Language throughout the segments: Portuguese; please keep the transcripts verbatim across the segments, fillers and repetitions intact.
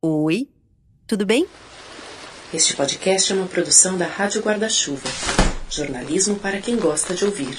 Oi, tudo bem? Este podcast é uma produção da Rádio Guarda-Chuva. Jornalismo para quem gosta de ouvir.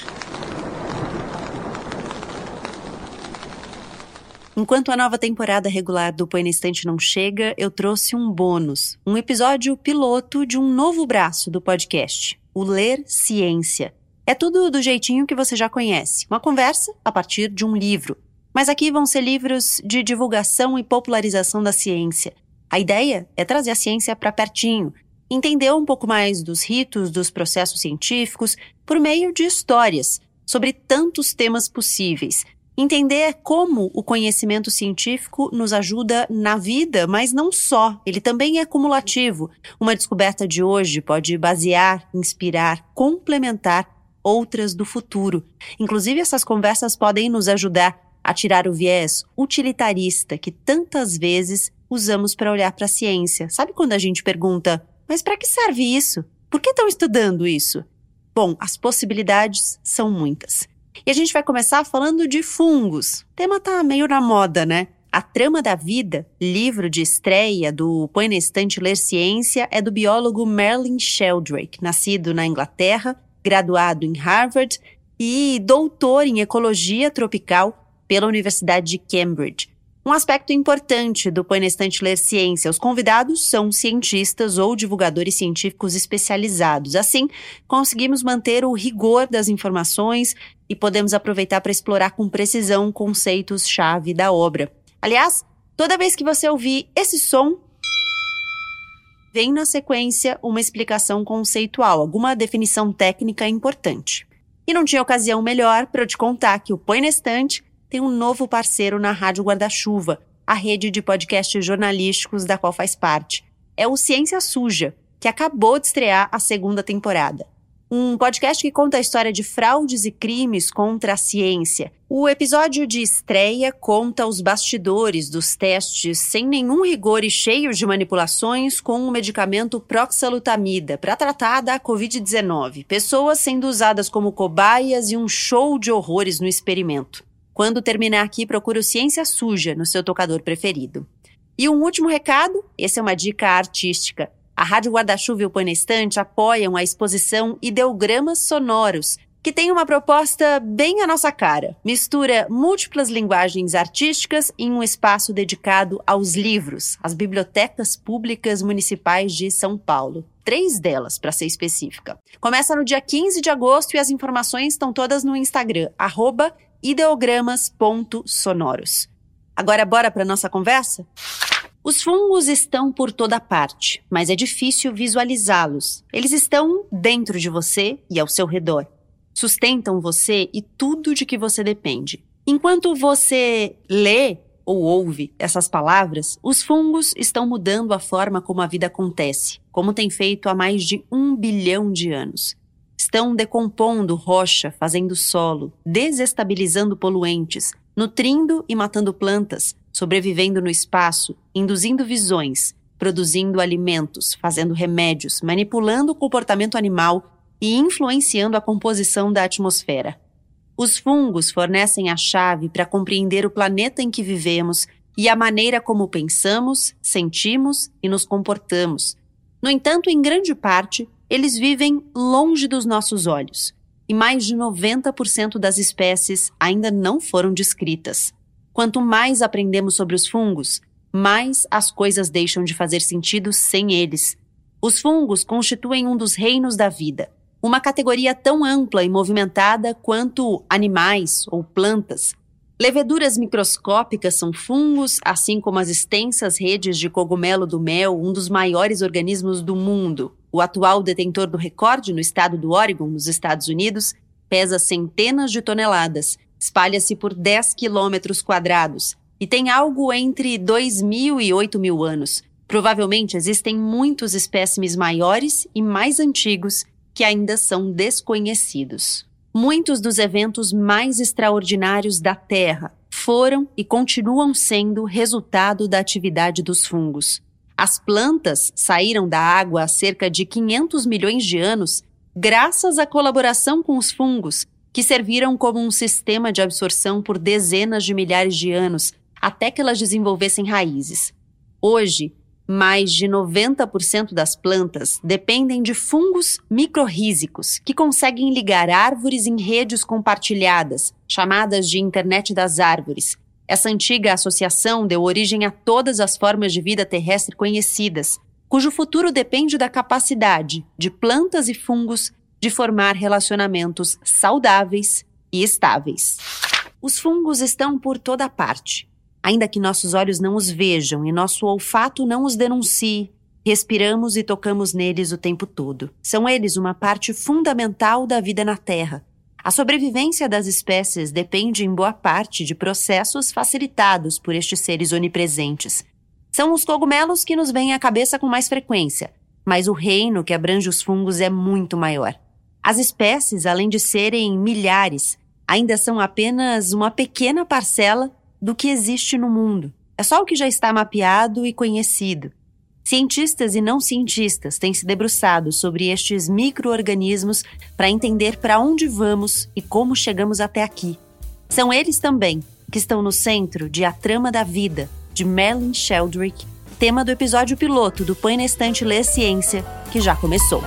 Enquanto a nova temporada regular do Põe na Estante não chega, eu trouxe um bônus, um episódio piloto de um novo braço do podcast, o Ler Ciência. É tudo do jeitinho que você já conhece, uma conversa a partir de um livro. Mas aqui vão ser livros de divulgação e popularização da ciência. A ideia é trazer a ciência para pertinho, entender um pouco mais dos ritos, dos processos científicos, por meio de histórias sobre tantos temas possíveis. Entender como o conhecimento científico nos ajuda na vida, mas não só, ele também é cumulativo. Uma descoberta de hoje pode basear, inspirar, complementar outras do futuro. Inclusive, essas conversas podem nos ajudar a tirar o viés utilitarista que tantas vezes usamos para olhar para a ciência. Sabe quando a gente pergunta, mas para que serve isso? Por que estão estudando isso? Bom, as possibilidades são muitas. E a gente vai começar falando de fungos. O tema tá meio na moda, né? A Trama da Vida, livro de estreia do Põe na Estante Ler Ciência, é do biólogo Merlin Sheldrake, nascido na Inglaterra, graduado em Harvard e doutor em ecologia tropical pela Universidade de Cambridge. Um aspecto importante do Põe na Estante Ler Ciência, os convidados são cientistas ou divulgadores científicos especializados. Assim, conseguimos manter o rigor das informações e podemos aproveitar para explorar com precisão conceitos-chave da obra. Aliás, toda vez que você ouvir esse som, vem na sequência uma explicação conceitual, alguma definição técnica importante. E não tinha ocasião melhor para eu te contar que o Põe na Estante tem um novo parceiro na Rádio Guarda-Chuva, a rede de podcasts jornalísticos da qual faz parte. É o Ciência Suja, que acabou de estrear a segunda temporada. Um podcast que conta a história de fraudes e crimes contra a ciência. O episódio de estreia conta os bastidores dos testes sem nenhum rigor e cheios de manipulações com o medicamento proxalutamida para tratar da covid dezenove. Pessoas sendo usadas como cobaias e um show de horrores no experimento. Quando terminar aqui, procure o Ciência Suja no seu tocador preferido. E um último recado, essa é uma dica artística. A Rádio Guarda-Chuva e o Põe na Estante apoiam a exposição Ideogramas Sonoros, que tem uma proposta bem à nossa cara. Mistura múltiplas linguagens artísticas em um espaço dedicado aos livros, às bibliotecas públicas municipais de São Paulo. Três delas, para ser específica. Começa no dia quinze de agosto e as informações estão todas no Instagram, arroba ideogramas ponto sonoros. Agora bora para nossa conversa? Os fungos estão por toda parte, mas é difícil visualizá-los. Eles estão dentro de você e ao seu redor. Sustentam você e tudo de que você depende. Enquanto você lê ou ouve essas palavras, os fungos estão mudando a forma como a vida acontece, como tem feito há mais de um bilhão de anos. Estão decompondo rocha, fazendo solo, desestabilizando poluentes, nutrindo e matando plantas, sobrevivendo no espaço, induzindo visões, produzindo alimentos, fazendo remédios, manipulando o comportamento animal e influenciando a composição da atmosfera. Os fungos fornecem a chave para compreender o planeta em que vivemos e a maneira como pensamos, sentimos e nos comportamos. No entanto, em grande parte, eles vivem longe dos nossos olhos, e mais de noventa por cento das espécies ainda não foram descritas. Quanto mais aprendemos sobre os fungos, mais as coisas deixam de fazer sentido sem eles. Os fungos constituem um dos reinos da vida, uma categoria tão ampla e movimentada quanto animais ou plantas. Leveduras microscópicas são fungos, assim como as extensas redes de cogumelo do mel, um dos maiores organismos do mundo. O atual detentor do recorde no estado do Oregon, nos Estados Unidos, pesa centenas de toneladas, espalha-se por dez quilômetros quadrados e tem algo entre dois mil e oito mil anos. Provavelmente existem muitos espécimes maiores e mais antigos que ainda são desconhecidos. Muitos dos eventos mais extraordinários da Terra foram e continuam sendo resultado da atividade dos fungos. As plantas saíram da água há cerca de quinhentos milhões de anos graças à colaboração com os fungos, que serviram como um sistema de absorção por dezenas de milhares de anos, até que elas desenvolvessem raízes. Hoje, mais de noventa por cento das plantas dependem de fungos microrrízicos, que conseguem ligar árvores em redes compartilhadas, chamadas de Internet das Árvores. Essa antiga associação deu origem a todas as formas de vida terrestre conhecidas, cujo futuro depende da capacidade de plantas e fungos de formar relacionamentos saudáveis e estáveis. Os fungos estão por toda parte. Ainda que nossos olhos não os vejam e nosso olfato não os denuncie, respiramos e tocamos neles o tempo todo. São eles uma parte fundamental da vida na Terra. A sobrevivência das espécies depende em boa parte de processos facilitados por estes seres onipresentes. São os cogumelos que nos vêm à cabeça com mais frequência, mas o reino que abrange os fungos é muito maior. As espécies, além de serem milhares, ainda são apenas uma pequena parcela do que existe no mundo. É só o que já está mapeado e conhecido. Cientistas e não cientistas têm se debruçado sobre estes micro-organismos para entender para onde vamos e como chegamos até aqui. São eles também que estão no centro de A Trama da Vida, de Merlin Sheldrake, tema do episódio piloto do Põe na Estante Ler Ciência, que já começou.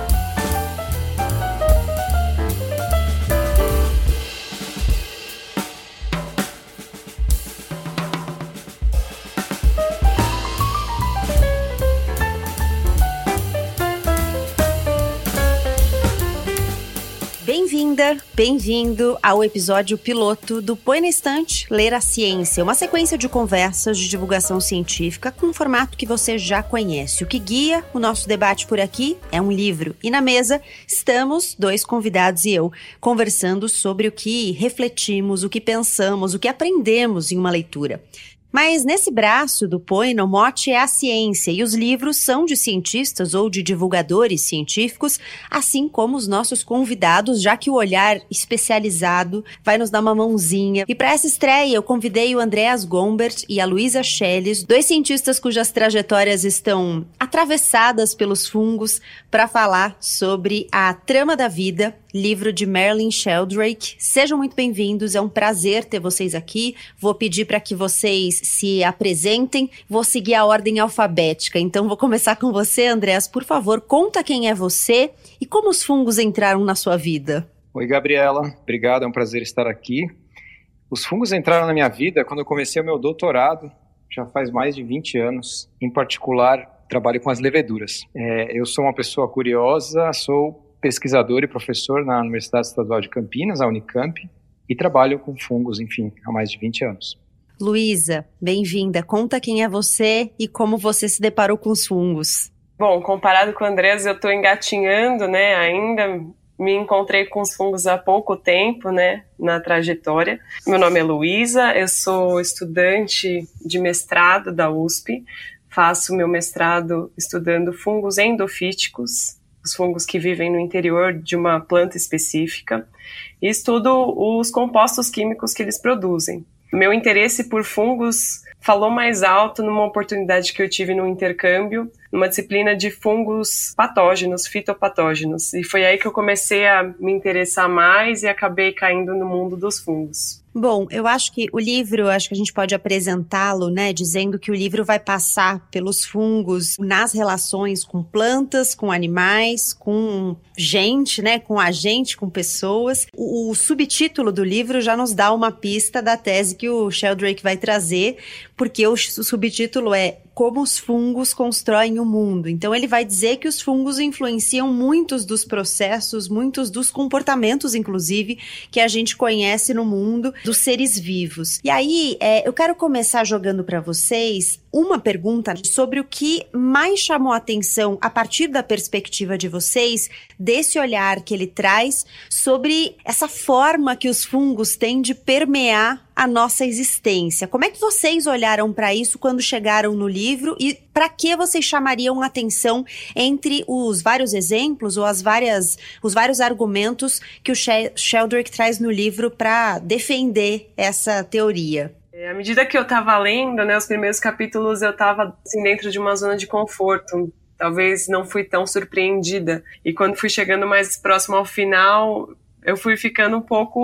Bem-vinda, bem-vindo ao episódio piloto do Põe na Estante Ler a Ciência, uma sequência de conversas de divulgação científica com um formato que você já conhece. O que guia o nosso debate por aqui é um livro. E na mesa estamos, dois convidados e eu, conversando sobre o que refletimos, o que pensamos, o que aprendemos em uma leitura. Mas nesse braço do Põe, o mote é a ciência e os livros são de cientistas ou de divulgadores científicos, assim como os nossos convidados, já que o olhar especializado vai nos dar uma mãozinha. E para essa estreia eu convidei o Andreas Gombert e a Luísa Schelles, dois cientistas cujas trajetórias estão atravessadas pelos fungos, para falar sobre A Trama da Vida, livro de Merlin Sheldrake. Sejam muito bem-vindos, é um prazer ter vocês aqui. Vou pedir para que vocês se apresentem, vou seguir a ordem alfabética. Então vou começar com você, Andreas. Por favor, conta quem é você e como os fungos entraram na sua vida. Oi, Gabriela. Obrigado, é um prazer estar aqui. Os fungos entraram na minha vida quando eu comecei o meu doutorado, já faz mais de vinte anos. Em particular, trabalho com as leveduras. É, eu sou uma pessoa curiosa, sou pesquisador e professor na Universidade Estadual de Campinas, a Unicamp, e trabalho com fungos, enfim, há mais de vinte anos. Luísa, bem-vinda. Conta quem é você e como você se deparou com os fungos. Bom, comparado com o Andrés, eu estou engatinhando, né, ainda me encontrei com os fungos há pouco tempo, né, na trajetória. Meu nome é Luísa, eu sou estudante de mestrado da U S P, faço meu mestrado estudando fungos endofíticos, os fungos que vivem no interior de uma planta específica, e estudo os compostos químicos que eles produzem. Meu interesse por fungos falou mais alto numa oportunidade que eu tive no intercâmbio, numa disciplina de fungos patógenos, fitopatógenos, e foi aí que eu comecei a me interessar mais e acabei caindo no mundo dos fungos. Bom, eu acho que o livro, acho que a gente pode apresentá-lo, né, dizendo que o livro vai passar pelos fungos nas relações com plantas, com animais, com gente, né, com a gente, com pessoas. O, o subtítulo do livro já nos dá uma pista da tese que o Sheldrake vai trazer, porque o, o subtítulo é Como os fungos constroem o mundo. Então ele vai dizer que os fungos influenciam muitos dos processos, muitos dos comportamentos, inclusive, que a gente conhece no mundo dos seres vivos. E aí, é, eu quero começar jogando para vocês uma pergunta sobre o que mais chamou a atenção a partir da perspectiva de vocês, desse olhar que ele traz sobre essa forma que os fungos têm de permear a nossa existência. Como é que vocês olharam para isso quando chegaram no livro e para que vocês chamariam a atenção entre os vários exemplos ou as várias, os vários argumentos que o Sheldrake traz no livro para defender essa teoria? À medida que eu estava lendo, né, os primeiros capítulos eu estava assim, dentro de uma zona de conforto. Talvez não fui tão surpreendida. E quando fui chegando mais próximo ao final, eu fui ficando um pouco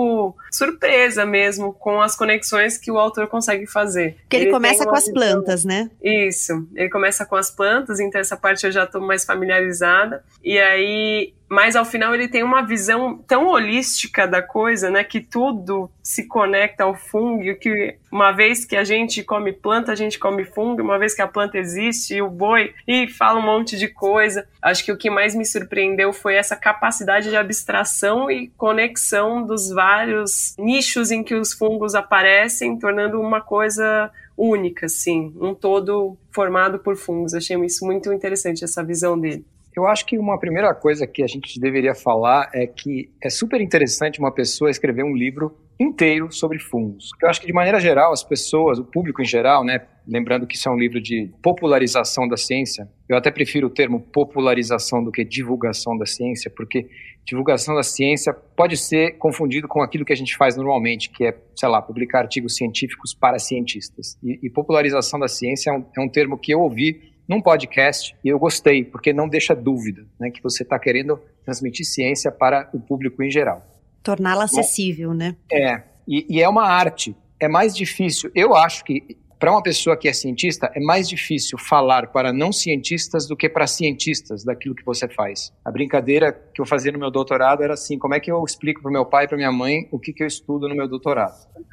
surpresa mesmo com as conexões que o autor consegue fazer. Porque ele, ele começa com as visão... plantas, né? Isso, ele começa com as plantas, então essa parte eu já estou mais familiarizada. E aí, mas ao final ele tem uma visão tão holística da coisa, né, que tudo se conecta ao fungo, que uma vez que a gente come planta, a gente come fungo, uma vez que a planta existe, e o boi, e fala um monte de coisa. Acho que o que mais me surpreendeu foi essa capacidade de abstração e conexão dos vários nichos em que os fungos aparecem, tornando uma coisa única, assim, um todo formado por fungos. Achei isso muito interessante, essa visão dele. Eu acho que uma primeira coisa que a gente deveria falar é que é super interessante uma pessoa escrever um livro inteiro sobre fungos. Eu acho que, de maneira geral, as pessoas, o público em geral, né, lembrando que isso é um livro de popularização da ciência, eu até prefiro o termo popularização do que divulgação da ciência, porque divulgação da ciência pode ser confundido com aquilo que a gente faz normalmente, que é, sei lá, publicar artigos científicos para cientistas. E, e popularização da ciência é um, é um termo que eu ouvi num podcast, e eu gostei, porque não deixa dúvida, né, que você está querendo transmitir ciência para o público em geral. Torná-la acessível, Bom, né? É, e, e é uma arte, é mais difícil, eu acho que para uma pessoa que é cientista, é mais difícil falar para não cientistas do que para cientistas daquilo que você faz. A brincadeira que eu fazia no meu doutorado era assim, como é que eu explico para o meu pai e para minha mãe o que, que eu estudo no meu doutorado?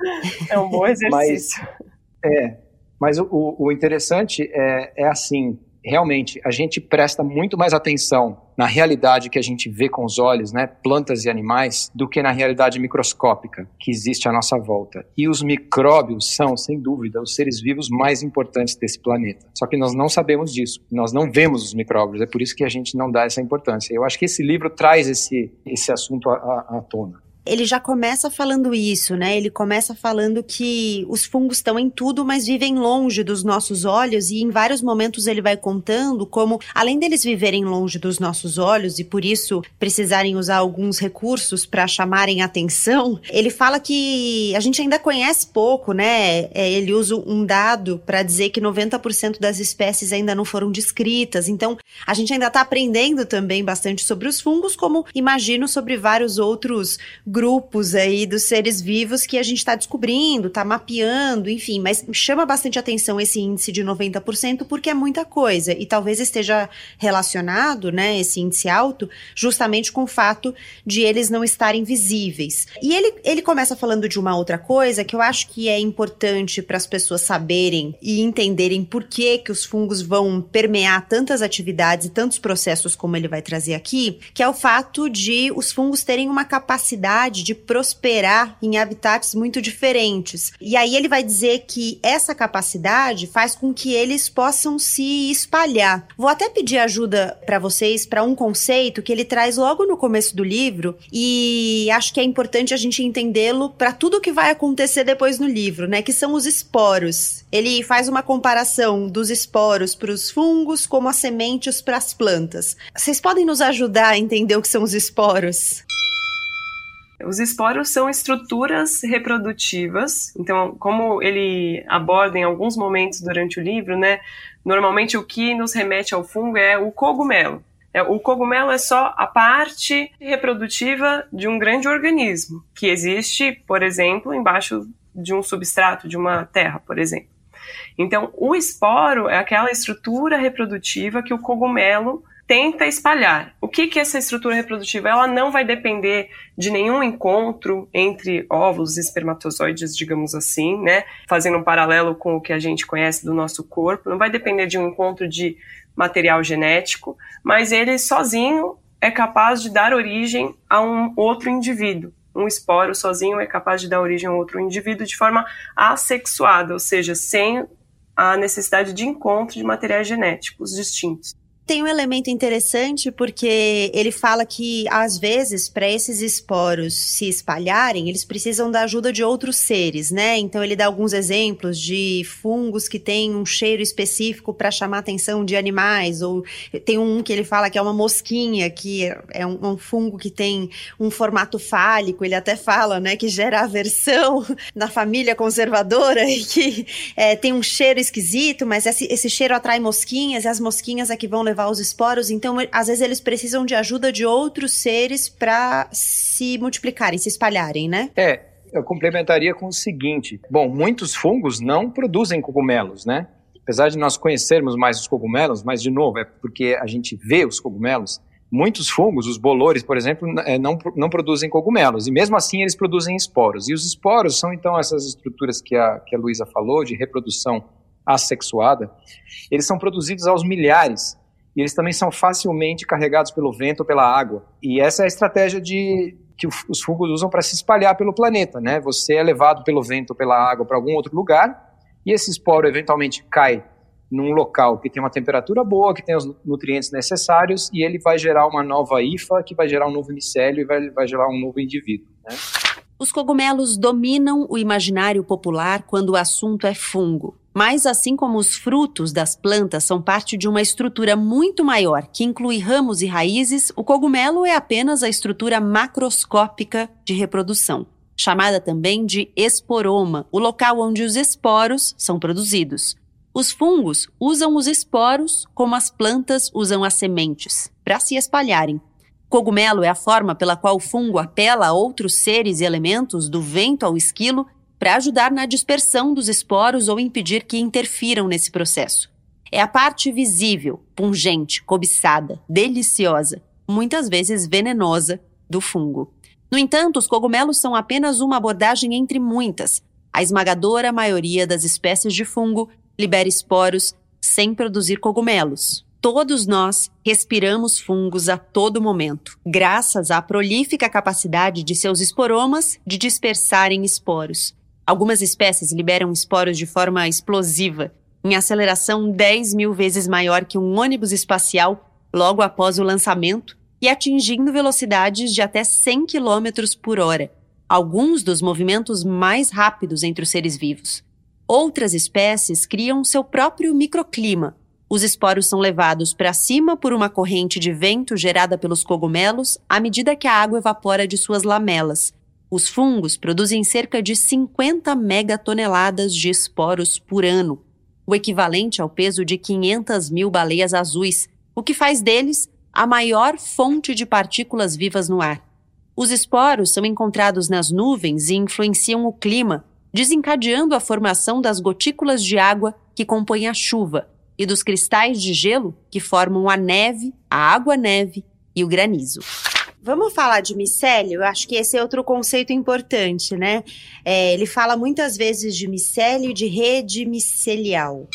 É um bom exercício. Mas, é, Mas o, o interessante é, é assim, realmente, a gente presta muito mais atenção na realidade que a gente vê com os olhos, né, plantas e animais, do que na realidade microscópica que existe à nossa volta. E os micróbios são, sem dúvida, os seres vivos mais importantes desse planeta. Só que nós não sabemos disso, nós não vemos os micróbios, é por isso que a gente não dá essa importância. Eu acho que esse livro traz esse, esse assunto à, à, à tona. Ele já começa falando isso, né? Ele começa falando que os fungos estão em tudo, mas vivem longe dos nossos olhos, e em vários momentos ele vai contando como, além deles viverem longe dos nossos olhos e por isso precisarem usar alguns recursos para chamarem atenção, ele fala que a gente ainda conhece pouco, né? Ele usa um dado para dizer que noventa por cento das espécies ainda não foram descritas, então a gente ainda está aprendendo também bastante sobre os fungos, como imagino sobre vários outros grupos aí dos seres vivos que a gente está descobrindo, está mapeando, enfim, mas chama bastante atenção esse índice de noventa por cento porque é muita coisa e talvez esteja relacionado, né, esse índice alto, justamente com o fato de eles não estarem visíveis. E ele, ele começa falando de uma outra coisa que eu acho que é importante para as pessoas saberem e entenderem por que que os fungos vão permear tantas atividades e tantos processos como ele vai trazer aqui, que é o fato de os fungos terem uma capacidade de prosperar em habitats muito diferentes. E aí ele vai dizer que essa capacidade faz com que eles possam se espalhar. Vou até pedir ajuda para vocês para um conceito que ele traz logo no começo do livro e acho que é importante a gente entendê-lo para tudo que vai acontecer depois no livro, né? Que são os esporos. Ele faz uma comparação dos esporos para os fungos como as sementes para as plantas. Vocês podem nos ajudar a entender o que são os esporos? Os esporos são estruturas reprodutivas, então, como ele aborda em alguns momentos durante o livro, né, normalmente o que nos remete ao fungo é o cogumelo. O cogumelo é só a parte reprodutiva de um grande organismo, que existe, por exemplo, embaixo de um substrato, de uma terra, por exemplo. Então, o esporo é aquela estrutura reprodutiva que o cogumelo tenta espalhar. O que que é essa estrutura reprodutiva? Ela não vai depender de nenhum encontro entre óvulos e espermatozoides, digamos assim, né? Fazendo um paralelo com o que a gente conhece do nosso corpo. Não vai depender de um encontro de material genético, mas ele sozinho é capaz de dar origem a um outro indivíduo. Um esporo sozinho é capaz de dar origem a outro indivíduo de forma assexuada, ou seja, sem a necessidade de encontro de materiais genéticos distintos. Tem um elemento interessante porque ele fala que, às vezes, para esses esporos se espalharem, eles precisam da ajuda de outros seres, né? Então, ele dá alguns exemplos de fungos que têm um cheiro específico para chamar a atenção de animais, ou tem um que ele fala que é uma mosquinha, que é um, um fungo que tem um formato fálico, ele até fala, né, que gera aversão na família conservadora e que é, tem um cheiro esquisito, mas esse, esse cheiro atrai mosquinhas e as mosquinhas é que vão levar os esporos, então às vezes eles precisam de ajuda de outros seres para se multiplicarem, se espalharem, né? É, eu complementaria com o seguinte. Bom, muitos fungos não produzem cogumelos, né? Apesar de nós conhecermos mais os cogumelos, mas, de novo, é porque a gente vê os cogumelos, muitos fungos, os bolores, por exemplo, não, não produzem cogumelos, e mesmo assim eles produzem esporos. E os esporos são, então, essas estruturas que a, que a Luísa falou, de reprodução assexuada, eles são produzidos aos milhares, e eles também são facilmente carregados pelo vento ou pela água. E essa é a estratégia de, que os fungos usam para se espalhar pelo planeta, né? Você é levado pelo vento ou pela água para algum outro lugar, e esse esporo eventualmente cai num local que tem uma temperatura boa, que tem os nutrientes necessários, e ele vai gerar uma nova hifa, que vai gerar um novo micélio e vai, vai gerar um novo indivíduo, né? Os cogumelos dominam o imaginário popular quando o assunto é fungo. Mas, assim como os frutos das plantas são parte de uma estrutura muito maior, que inclui ramos e raízes, o cogumelo é apenas a estrutura macroscópica de reprodução, chamada também de esporoma, o local onde os esporos são produzidos. Os fungos usam os esporos como as plantas usam as sementes, para se espalharem. Cogumelo é a forma pela qual o fungo apela a outros seres e elementos, do vento ao esquilo, para ajudar na dispersão dos esporos ou impedir que interfiram nesse processo. É a parte visível, pungente, cobiçada, deliciosa, muitas vezes venenosa, do fungo. No entanto, os cogumelos são apenas uma abordagem entre muitas. A esmagadora maioria das espécies de fungo libera esporos sem produzir cogumelos. Todos nós respiramos fungos a todo momento, graças à prolífica capacidade de seus esporomas de dispersarem esporos. Algumas espécies liberam esporos de forma explosiva, em aceleração dez mil vezes maior que um ônibus espacial logo após o lançamento e atingindo velocidades de até cem quilômetros por hora, alguns dos movimentos mais rápidos entre os seres vivos. Outras espécies criam seu próprio microclima. Os esporos são levados para cima por uma corrente de vento gerada pelos cogumelos à medida que a água evapora de suas lamelas. Os fungos produzem cerca de cinquenta megatoneladas de esporos por ano, o equivalente ao peso de quinhentas mil baleias azuis, o que faz deles a maior fonte de partículas vivas no ar. Os esporos são encontrados nas nuvens e influenciam o clima, desencadeando a formação das gotículas de água que compõem a chuva e dos cristais de gelo que formam a neve, a água-neve e o granizo. Vamos falar de micélio? Eu acho que esse é outro conceito importante, né? É, ele fala muitas vezes de micélio e de rede micelial.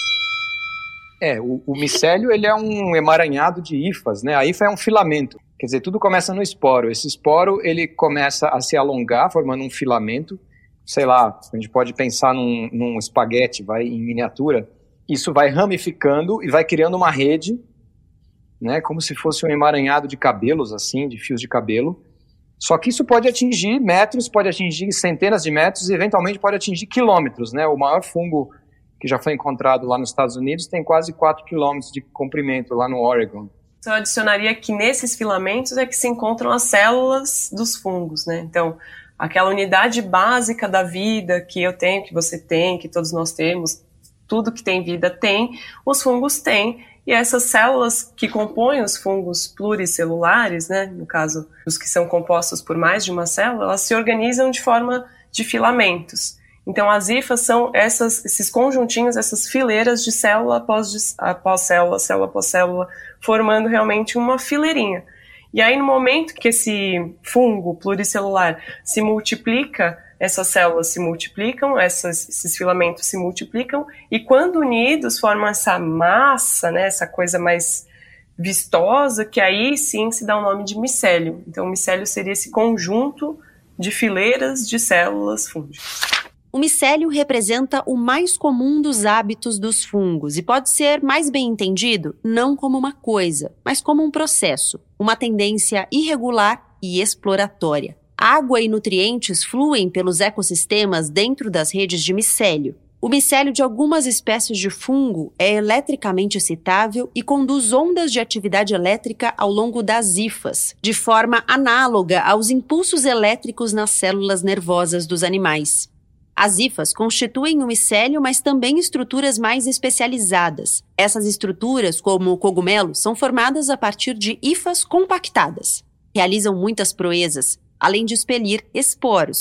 É, o, o micélio ele é um emaranhado de hifas, né? A hifa é um filamento, quer dizer, tudo começa no esporo. Esse esporo ele começa a se alongar, formando um filamento. Sei lá, a gente pode pensar num, num espaguete, vai em miniatura. Isso vai ramificando e vai criando uma rede, né, como se fosse um emaranhado de cabelos, assim, de fios de cabelo. Só que isso pode atingir metros, pode atingir centenas de metros e eventualmente pode atingir quilômetros, né? O maior fungo que já foi encontrado lá nos Estados Unidos tem quase quatro quilômetros de comprimento lá no Oregon. Então, eu adicionaria que nesses filamentos é que se encontram as células dos fungos, né? Então, aquela unidade básica da vida que eu tenho, que você tem, que todos nós temos, tudo que tem vida tem, os fungos têm, e essas células que compõem os fungos pluricelulares, né, no caso, os que são compostos por mais de uma célula, elas se organizam de forma de filamentos. Então, as hifas são essas, esses conjuntinhos, essas fileiras de célula após, após célula, célula após célula, formando realmente uma fileirinha. E aí, no momento que esse fungo pluricelular se multiplica, essas células se multiplicam, essas, esses filamentos se multiplicam, e quando unidos formam essa massa, né, essa coisa mais vistosa, que aí sim se dá o nome de micélio. Então, o micélio seria esse conjunto de fileiras de células fúngicas. O micélio representa o mais comum dos hábitos dos fungos e pode ser mais bem entendido não como uma coisa, mas como um processo, uma tendência irregular e exploratória. Água e nutrientes fluem pelos ecossistemas dentro das redes de micélio. O micélio de algumas espécies de fungo é eletricamente excitável e conduz ondas de atividade elétrica ao longo das hifas, de forma análoga aos impulsos elétricos nas células nervosas dos animais. As hifas constituem o micélio, mas também estruturas mais especializadas. Essas estruturas, como o cogumelo, são formadas a partir de hifas compactadas. Realizam muitas proezas, além de expelir esporos.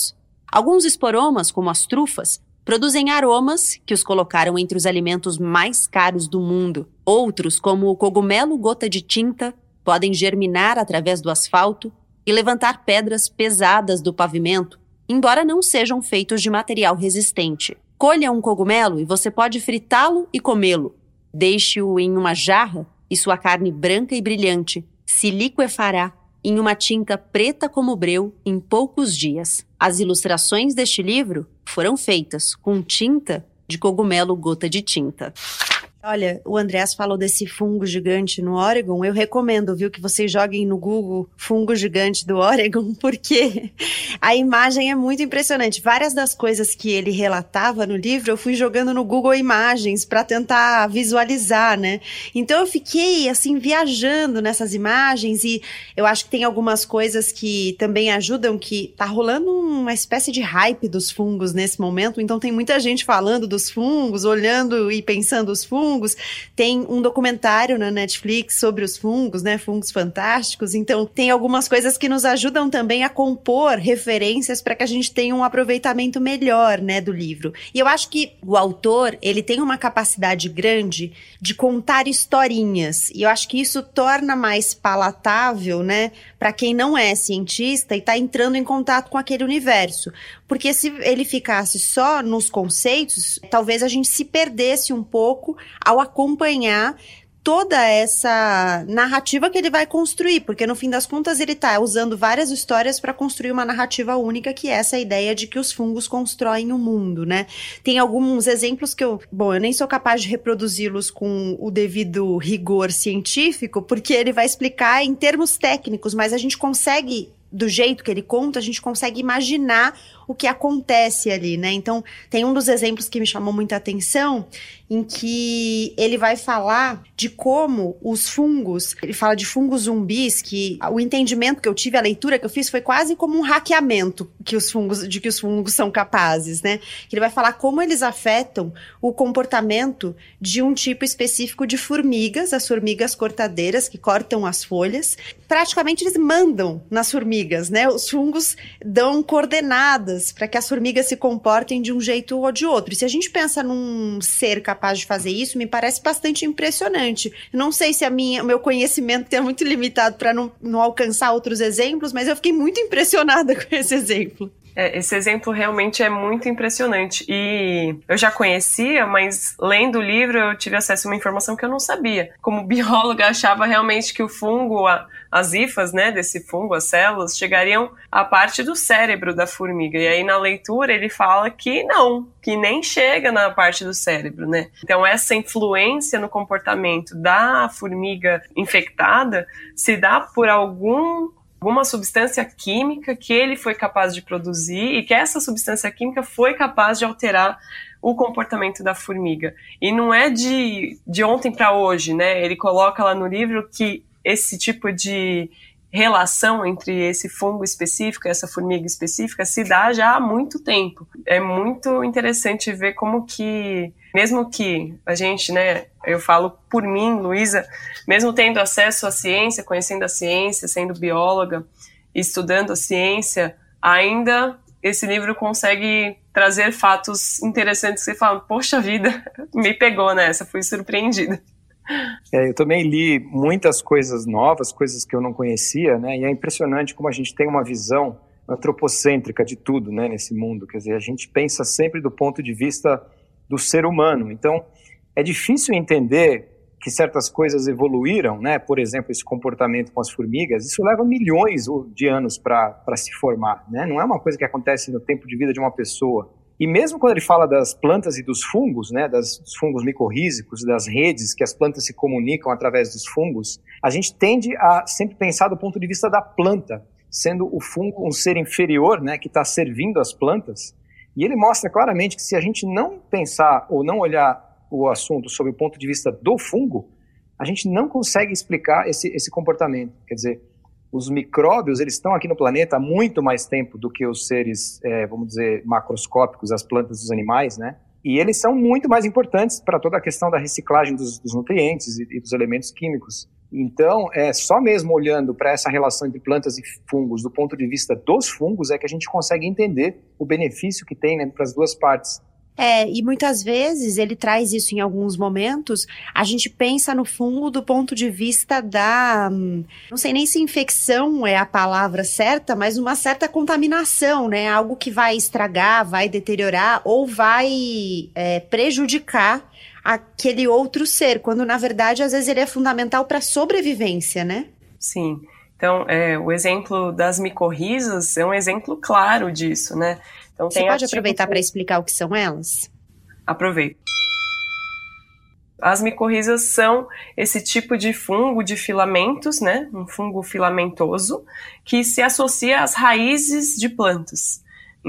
Alguns esporomas, como as trufas, produzem aromas que os colocaram entre os alimentos mais caros do mundo. Outros, como o cogumelo gota de tinta, podem germinar através do asfalto e levantar pedras pesadas do pavimento, embora não sejam feitos de material resistente. Colha um cogumelo e você pode fritá-lo e comê-lo. Deixe-o em uma jarra e sua carne branca e brilhante se liquefará em uma tinta preta como breu em poucos dias. As ilustrações deste livro foram feitas com tinta de cogumelo gota de tinta. Olha, o Andreas falou desse fungo gigante no Oregon. Eu recomendo, viu, que vocês joguem no Google fungo gigante do Oregon, porque a imagem é muito impressionante. Várias das coisas que ele relatava no livro, eu fui jogando no Google Imagens para tentar visualizar, né? Então eu fiquei, assim, viajando nessas imagens e eu acho que tem algumas coisas que também ajudam, que tá rolando uma espécie de hype dos fungos nesse momento. Então tem muita gente falando dos fungos, olhando e pensando os fungos. Fungos. Tem um documentário na Netflix sobre os fungos, né? Fungos fantásticos. Então, tem algumas coisas que nos ajudam também a compor referências para que a gente tenha um aproveitamento melhor, né, do livro. E eu acho que o autor, ele tem uma capacidade grande de contar historinhas. E eu acho que isso torna mais palatável, né, para quem não é cientista e está entrando em contato com aquele universo. Porque se ele ficasse só nos conceitos, talvez a gente se perdesse um pouco ao acompanhar toda essa narrativa que ele vai construir, porque no fim das contas ele está usando várias histórias para construir uma narrativa única, que é essa ideia de que os fungos constroem o mundo, né? Tem alguns exemplos que eu, bom, eu nem sou capaz de reproduzi-los com o devido rigor científico, porque ele vai explicar em termos técnicos, mas a gente consegue, do jeito que ele conta, a gente consegue imaginar o que acontece ali, né? Então, tem um dos exemplos que me chamou muita atenção, em que ele vai falar de como os fungos, ele fala de fungos zumbis, que o entendimento que eu tive, a leitura que eu fiz, foi quase como um hackeamento que os fungos, de que os fungos são capazes, né? Ele vai falar como eles afetam o comportamento de um tipo específico de formigas, as formigas cortadeiras, que cortam as folhas. Praticamente eles mandam nas formigas, né? Os fungos dão coordenadas para que as formigas se comportem de um jeito ou de outro. E se a gente pensa num ser capaz de fazer isso, me parece bastante impressionante. Eu não sei se a minha, o meu conhecimento é muito limitado para não, não alcançar outros exemplos, mas eu fiquei muito impressionada com esse exemplo. É, esse exemplo realmente é muito impressionante. E eu já conhecia, mas lendo o livro eu tive acesso a uma informação que eu não sabia. Como bióloga, achava realmente que o fungo, a, as hifas, né, desse fungo, as células, chegariam à parte do cérebro da formiga. E aí na leitura ele fala que não, que nem chega na parte do cérebro, né? Então essa influência no comportamento da formiga infectada se dá por algum... alguma substância química que ele foi capaz de produzir e que essa substância química foi capaz de alterar o comportamento da formiga. E não é de, de ontem para hoje, né? Ele coloca lá no livro que esse tipo de relação entre esse fungo específico e essa formiga específica se dá já há muito tempo. É muito interessante ver como que, mesmo que a gente, né, eu falo por mim, Luísa, mesmo tendo acesso à ciência, conhecendo a ciência, sendo bióloga, estudando a ciência, ainda esse livro consegue trazer fatos interessantes que você fala, poxa vida, me pegou nessa, fui surpreendida. É, eu também li muitas coisas novas, coisas que eu não conhecia, né? E é impressionante como a gente tem uma visão antropocêntrica de tudo, né, nesse mundo. Quer dizer, a gente pensa sempre do ponto de vista do ser humano. Então, é difícil entender que certas coisas evoluíram, né? Por exemplo, esse comportamento com as formigas. Isso leva milhões de anos para se formar, né? Não é uma coisa que acontece no tempo de vida de uma pessoa. E mesmo quando ele fala das plantas e dos fungos, né, das, dos fungos micorrízicos, das redes que as plantas se comunicam através dos fungos, a gente tende a sempre pensar do ponto de vista da planta, sendo o fungo um ser inferior, né, que está servindo as plantas. E ele mostra claramente que se a gente não pensar ou não olhar o assunto sob o ponto de vista do fungo, a gente não consegue explicar esse, esse comportamento. Quer dizer, os micróbios, eles estão aqui no planeta há muito mais tempo do que os seres, é, vamos dizer, macroscópicos, as plantas e os animais, né? E eles são muito mais importantes para toda a questão da reciclagem dos, dos nutrientes e, e dos elementos químicos. Então, é só mesmo olhando para essa relação entre plantas e fungos do ponto de vista dos fungos é que a gente consegue entender o benefício que tem, né, para as duas partes. É, e muitas vezes ele traz isso em alguns momentos, a gente pensa no fungo do ponto de vista da, não sei nem se infecção é a palavra certa, mas uma certa contaminação, né? Algo que vai estragar, vai deteriorar ou vai é, prejudicar aquele outro ser, quando na verdade às vezes ele é fundamental para a sobrevivência, né? Sim. Então, é, o exemplo das micorrizas é um exemplo claro disso, né? Então, Você pode aproveitar para explicar o que são elas? Aproveito. As micorrizas são esse tipo de fungo de filamentos, né? Um fungo filamentoso, que se associa às raízes de plantas.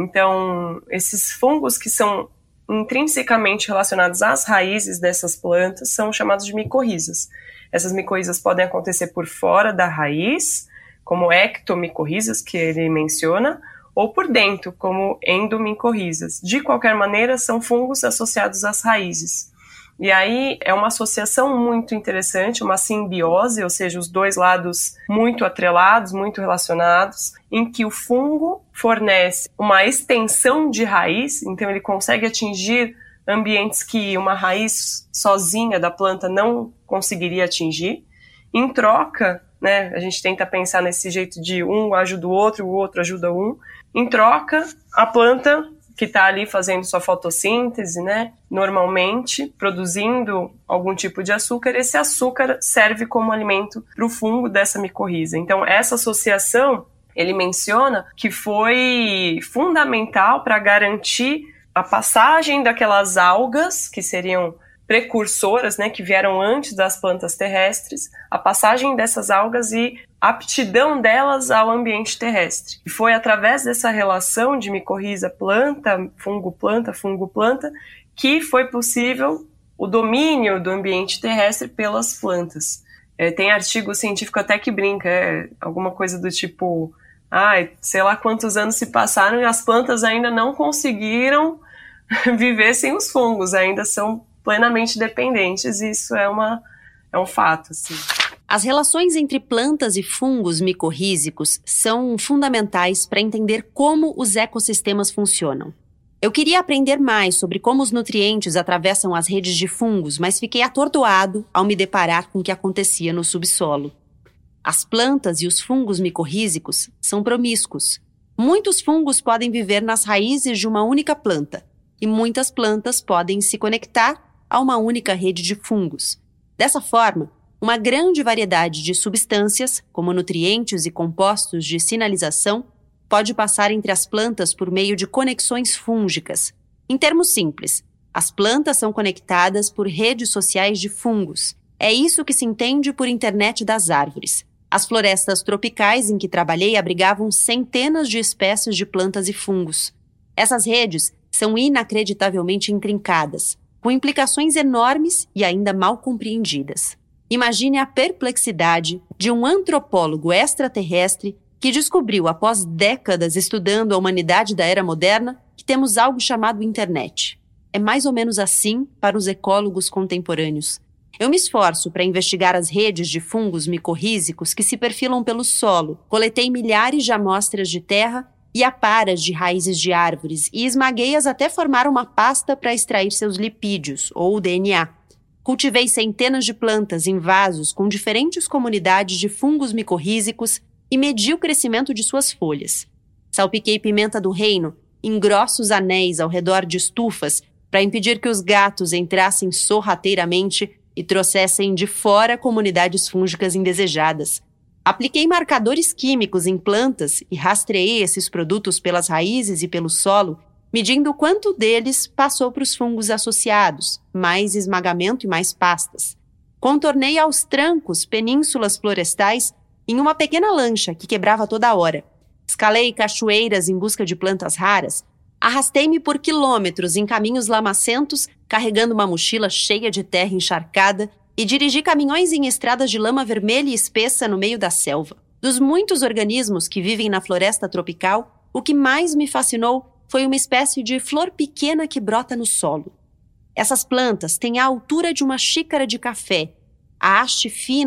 Então, esses fungos que são intrinsecamente relacionados às raízes dessas plantas são chamados de micorrizas. Essas micorrizas podem acontecer por fora da raiz, como ectomicorrizas, que ele menciona, ou por dentro, como endomicorrizas. De qualquer maneira, são fungos associados às raízes. E aí é uma associação muito interessante, uma simbiose, ou seja, os dois lados muito atrelados, muito relacionados, em que o fungo fornece uma extensão de raiz, então ele consegue atingir ambientes que uma raiz sozinha da planta não conseguiria atingir. Em troca, né, a gente tenta pensar nesse jeito de um ajuda o outro, o outro ajuda um. Em troca, a planta que está ali fazendo sua fotossíntese, né, normalmente produzindo algum tipo de açúcar, esse açúcar serve como alimento para o fungo dessa micorriza. Então, essa associação, ele menciona que foi fundamental para garantir a passagem daquelas algas, que seriam precursoras, né, que vieram antes das plantas terrestres, a passagem dessas algas e aptidão delas ao ambiente terrestre. E foi através dessa relação de micorriza-planta, fungo-planta, fungo-planta, que foi possível o domínio do ambiente terrestre pelas plantas. É, tem artigo científico até que brinca, é, alguma coisa do tipo, ah, sei lá quantos anos se passaram e as plantas ainda não conseguiram viver sem os fungos, ainda são plenamente dependentes, e isso é, uma, é um fato, assim. As relações entre plantas e fungos micorrízicos são fundamentais para entender como os ecossistemas funcionam. Eu queria aprender mais sobre como os nutrientes atravessam as redes de fungos, mas fiquei atordoado ao me deparar com o que acontecia no subsolo. As plantas e os fungos micorrízicos são promíscuos. Muitos fungos podem viver nas raízes de uma única planta, e muitas plantas podem se conectar a uma única rede de fungos. Dessa forma, uma grande variedade de substâncias, como nutrientes e compostos de sinalização, pode passar entre as plantas por meio de conexões fúngicas. Em termos simples, as plantas são conectadas por redes sociais de fungos. É isso que se entende por internet das árvores. As florestas tropicais em que trabalhei abrigavam centenas de espécies de plantas e fungos. Essas redes são inacreditavelmente intrincadas, com implicações enormes e ainda mal compreendidas. Imagine a perplexidade de um antropólogo extraterrestre que descobriu, após décadas estudando a humanidade da era moderna, que temos algo chamado internet. É mais ou menos assim para os ecólogos contemporâneos. Eu me esforço para investigar as redes de fungos micorrízicos que se perfilam pelo solo. Coletei milhares de amostras de terra e aparas de raízes de árvores e esmaguei-as até formar uma pasta para extrair seus lipídios, ou D N A. Cultivei centenas de plantas em vasos com diferentes comunidades de fungos micorrízicos e medi o crescimento de suas folhas. Salpiquei pimenta do reino em grossos anéis ao redor de estufas para impedir que os gatos entrassem sorrateiramente e trouxessem de fora comunidades fúngicas indesejadas. Apliquei marcadores químicos em plantas e rastreei esses produtos pelas raízes e pelo solo, medindo quanto deles passou para os fungos associados, mais esmagamento e mais pastas. Contornei aos trancos penínsulas florestais em uma pequena lancha que quebrava toda hora. Escalei cachoeiras em busca de plantas raras. Arrastei-me por quilômetros em caminhos lamacentos, carregando uma mochila cheia de terra encharcada, e dirigi caminhões em estradas de lama vermelha e espessa no meio da selva. Dos muitos organismos que vivem na floresta tropical, o que mais me fascinou foi uma espécie de flor pequena que brota no solo. Essas plantas têm a altura de uma xícara de café, a haste fina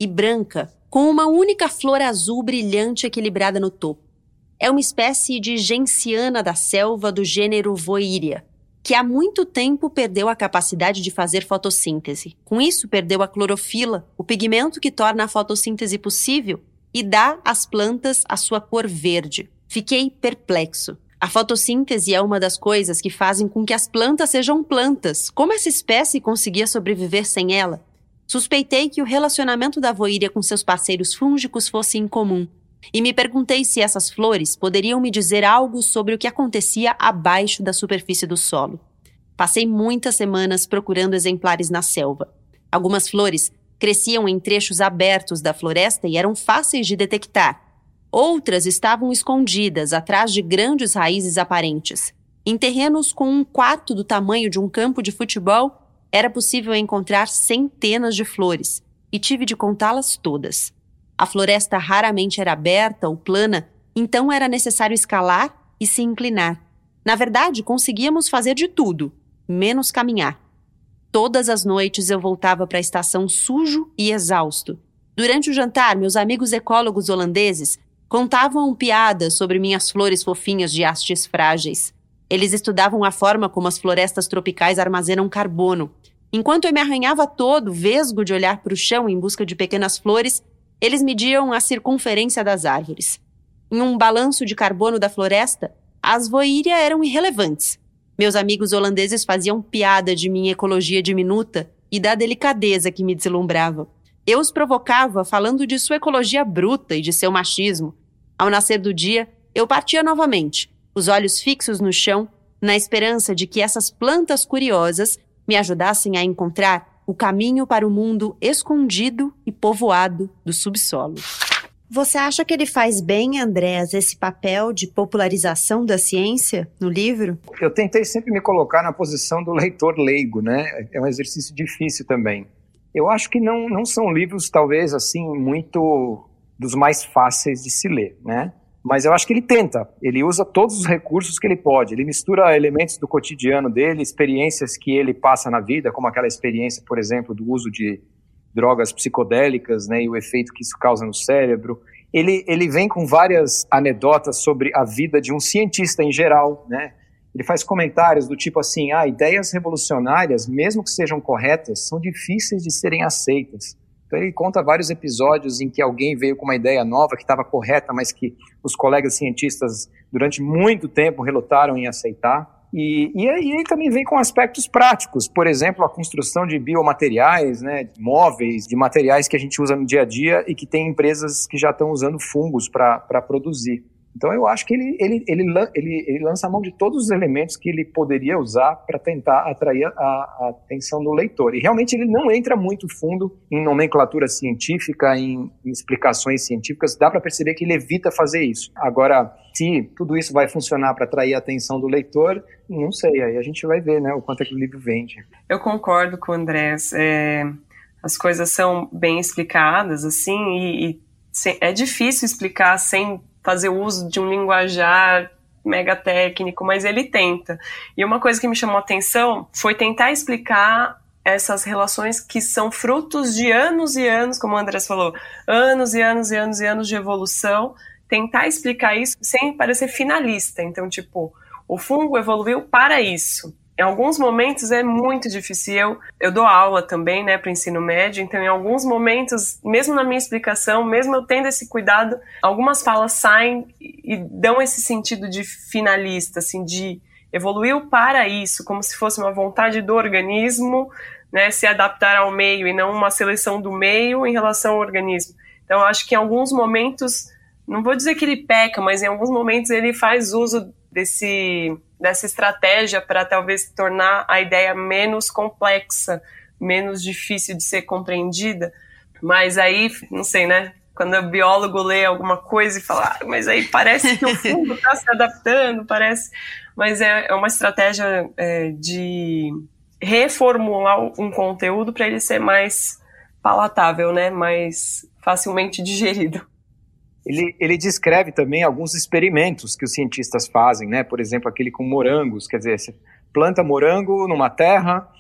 e branca, com uma única flor azul brilhante equilibrada no topo. É uma espécie de genciana da selva do gênero Voiria, que há muito tempo perdeu a capacidade de fazer fotossíntese. Com isso, perdeu a clorofila, o pigmento que torna a fotossíntese possível e dá às plantas a sua cor verde. Fiquei perplexo. A fotossíntese é uma das coisas que fazem com que as plantas sejam plantas. Como essa espécie conseguia sobreviver sem ela? Suspeitei que o relacionamento da Voiria com seus parceiros fúngicos fosse incomum. E me perguntei se essas flores poderiam me dizer algo sobre o que acontecia abaixo da superfície do solo. Passei muitas semanas procurando exemplares na selva. Algumas flores cresciam em trechos abertos da floresta e eram fáceis de detectar. Outras estavam escondidas atrás de grandes raízes aparentes. Em terrenos com um quarto do tamanho de um campo de futebol, era possível encontrar centenas de flores, e tive de contá-las todas. A floresta raramente era aberta ou plana, então era necessário escalar e se inclinar. Na verdade, conseguíamos fazer de tudo, menos caminhar. Todas as noites eu voltava para a estação sujo e exausto. Durante o jantar, meus amigos ecólogos holandeses contavam piadas sobre minhas flores fofinhas de hastes frágeis. Eles estudavam a forma como as florestas tropicais armazenam carbono. Enquanto eu me arranhava todo, vesgo de olhar para o chão em busca de pequenas flores, eles mediam a circunferência das árvores. Em um balanço de carbono da floresta, as Voiria eram irrelevantes. Meus amigos holandeses faziam piada de minha ecologia diminuta e da delicadeza que me deslumbrava. Eu os provocava falando de sua ecologia bruta e de seu machismo. Ao nascer do dia, eu partia novamente, os olhos fixos no chão, na esperança de que essas plantas curiosas me ajudassem a encontrar o caminho para o mundo escondido e povoado do subsolo. Você acha que ele faz bem, Andrés, esse papel de popularização da ciência no livro? Eu tentei sempre me colocar na posição do leitor leigo, né? É um exercício difícil também. Eu acho que não, não são livros, talvez, assim, muito dos mais fáceis de se ler, né? Mas eu acho que ele tenta, ele usa todos os recursos que ele pode, ele mistura elementos do cotidiano dele, experiências que ele passa na vida, como aquela experiência, por exemplo, do uso de drogas psicodélicas, né, e o efeito que isso causa no cérebro. Ele, ele vem com várias anedotas sobre a vida de um cientista em geral, né? Ele faz comentários do tipo assim, ah, ideias revolucionárias, mesmo que sejam corretas, são difíceis de serem aceitas. Então ele conta vários episódios em que alguém veio com uma ideia nova que estava correta, mas que os colegas cientistas durante muito tempo relutaram em aceitar. E, e aí ele também vem com aspectos práticos, por exemplo, a construção de biomateriais, né, móveis, de materiais que a gente usa no dia a dia e que tem empresas que já estão usando fungos para produzir. Então eu acho que ele, ele, ele, ele, ele lança a mão de todos os elementos que ele poderia usar para tentar atrair a, a atenção do leitor. E realmente ele não entra muito fundo em nomenclatura científica, em, em explicações científicas. Dá para perceber que ele evita fazer isso. Agora, se tudo isso vai funcionar para atrair a atenção do leitor, não sei. Aí a gente vai ver, né, o quanto é que o livro vende. Eu concordo com o Andrés. É, as coisas são bem explicadas, assim, e, e se, é difícil explicar sem fazer uso de um linguajar mega técnico, mas ele tenta. E uma coisa que me chamou a atenção foi tentar explicar essas relações que são frutos de anos e anos, como o Andrés falou, anos e anos e anos e anos de evolução, tentar explicar isso sem parecer finalista. Então, tipo, o fungo evoluiu para isso. Em alguns momentos é muito difícil. Eu, eu dou aula também, né, para o ensino médio, então em alguns momentos, mesmo na minha explicação, mesmo eu tendo esse cuidado, algumas falas saem e dão esse sentido de finalista, assim, de evoluiu para isso, como se fosse uma vontade do organismo, né, se adaptar ao meio e não uma seleção do meio em relação ao organismo. Então eu acho que em alguns momentos, não vou dizer que ele peca, mas em alguns momentos ele faz uso desse... dessa estratégia para talvez tornar a ideia menos complexa, menos difícil de ser compreendida. Mas aí, não sei, né? Quando o biólogo lê alguma coisa e fala, ah, mas aí parece que o fungo está se adaptando, parece... Mas é, é uma estratégia é, de reformular um conteúdo para ele ser mais palatável, né? Mais facilmente digerido. Ele, ele descreve também alguns experimentos que os cientistas fazem, né? Por exemplo, aquele com morangos, quer dizer, você planta morango numa terra,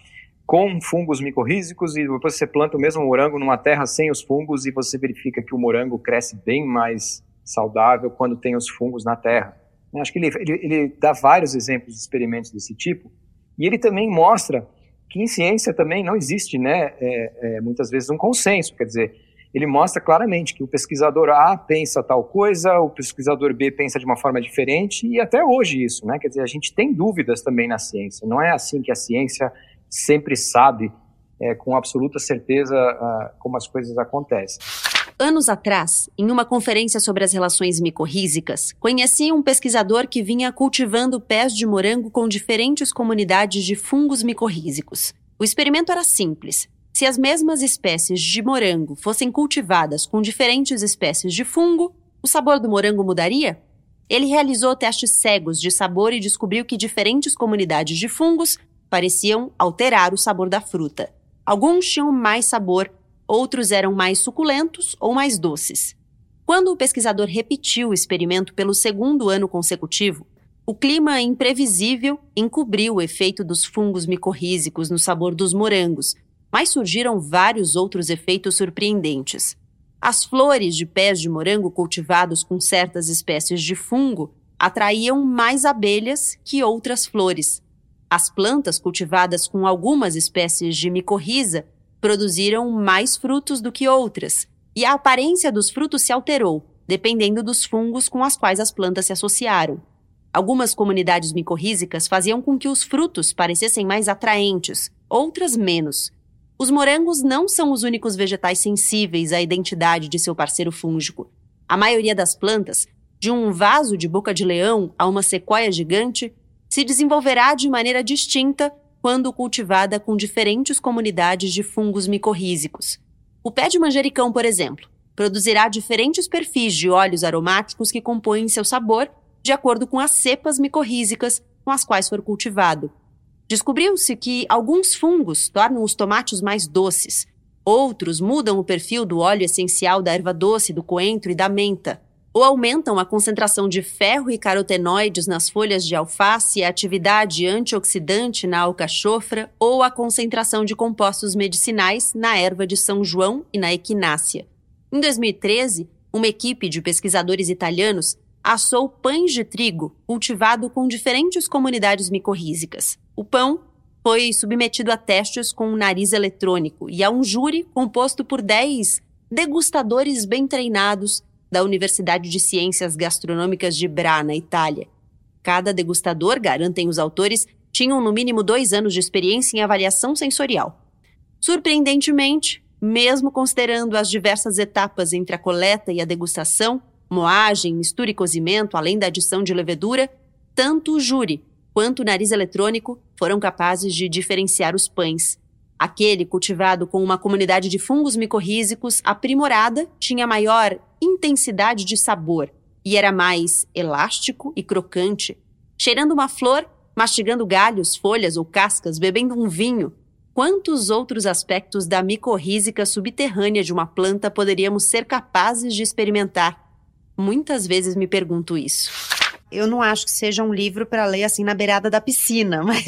com fungos micorrízicos, e depois você planta o mesmo morango numa terra sem os fungos e você verifica que o morango cresce bem mais saudável quando tem os fungos na terra. Acho que ele, ele, ele dá vários exemplos de experimentos desse tipo, e ele também mostra que em ciência também não existe, né, é, é, muitas vezes um consenso. Quer dizer, ele mostra claramente que o pesquisador A pensa tal coisa, o pesquisador B pensa de uma forma diferente, e até hoje isso, né? Quer dizer, a gente tem dúvidas também na ciência. Não é assim que a ciência sempre sabe é, com absoluta certeza uh, como as coisas acontecem. Anos atrás, em uma conferência sobre as relações micorrízicas, conheci um pesquisador que vinha cultivando pés de morango com diferentes comunidades de fungos micorrízicos. O experimento era simples. Se as mesmas espécies de morango fossem cultivadas com diferentes espécies de fungo, o sabor do morango mudaria? Ele realizou testes cegos de sabor e descobriu que diferentes comunidades de fungos pareciam alterar o sabor da fruta. Alguns tinham mais sabor, outros eram mais suculentos ou mais doces. Quando o pesquisador repetiu o experimento pelo segundo ano consecutivo, o clima imprevisível encobriu o efeito dos fungos micorrízicos no sabor dos morangos, mas surgiram vários outros efeitos surpreendentes. As flores de pés de morango cultivados com certas espécies de fungo atraíam mais abelhas que outras flores. As plantas cultivadas com algumas espécies de micorriza produziram mais frutos do que outras, e a aparência dos frutos se alterou, dependendo dos fungos com as quais as plantas se associaram. Algumas comunidades micorrízicas faziam com que os frutos parecessem mais atraentes, outras menos. Os morangos não são os únicos vegetais sensíveis à identidade de seu parceiro fúngico. A maioria das plantas, de um vaso de boca de leão a uma sequoia gigante, se desenvolverá de maneira distinta quando cultivada com diferentes comunidades de fungos micorrízicos. O pé de manjericão, por exemplo, produzirá diferentes perfis de óleos aromáticos que compõem seu sabor de acordo com as cepas micorrízicas com as quais for cultivado. Descobriu-se que alguns fungos tornam os tomates mais doces, outros mudam o perfil do óleo essencial da erva doce, do coentro e da menta, ou aumentam a concentração de ferro e carotenoides nas folhas de alface e a atividade antioxidante na alcachofra, ou a concentração de compostos medicinais na erva de São João e na equinácea. Em dois mil e treze, uma equipe de pesquisadores italianos assou pães de trigo cultivado com diferentes comunidades micorrízicas. O pão foi submetido a testes com um nariz eletrônico e a um júri composto por dez degustadores bem treinados da Universidade de Ciências Gastronômicas de Bra, na Itália. Cada degustador, garantem os autores, tinham no mínimo dois anos de experiência em avaliação sensorial. Surpreendentemente, mesmo considerando as diversas etapas entre a coleta e a degustação, moagem, mistura e cozimento, além da adição de levedura, tanto o júri quanto o nariz eletrônico foram capazes de diferenciar os pães. Aquele cultivado com uma comunidade de fungos micorrízicos aprimorada tinha maior intensidade de sabor e era mais elástico e crocante, cheirando uma flor, mastigando galhos, folhas ou cascas, bebendo um vinho. Quantos outros aspectos da micorrízica subterrânea de uma planta poderíamos ser capazes de experimentar? Muitas vezes me pergunto isso. Eu não acho que seja um livro para ler assim na beirada da piscina, mas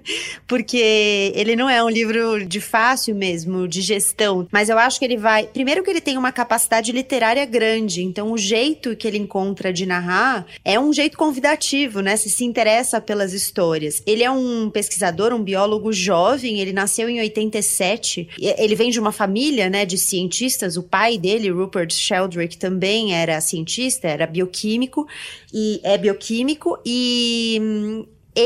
porque ele não é um livro de fácil mesmo, de gestão, mas eu acho que ele vai, primeiro que ele tem uma capacidade literária grande, então o jeito que ele encontra de narrar é um jeito convidativo, né? Se se interessa pelas histórias. Ele é um pesquisador, um biólogo jovem, ele nasceu em oitenta e sete, ele vem de uma família, né, de cientistas, o pai dele, Rupert Sheldrake, também era cientista, era bioquímico, e é bioquímico, e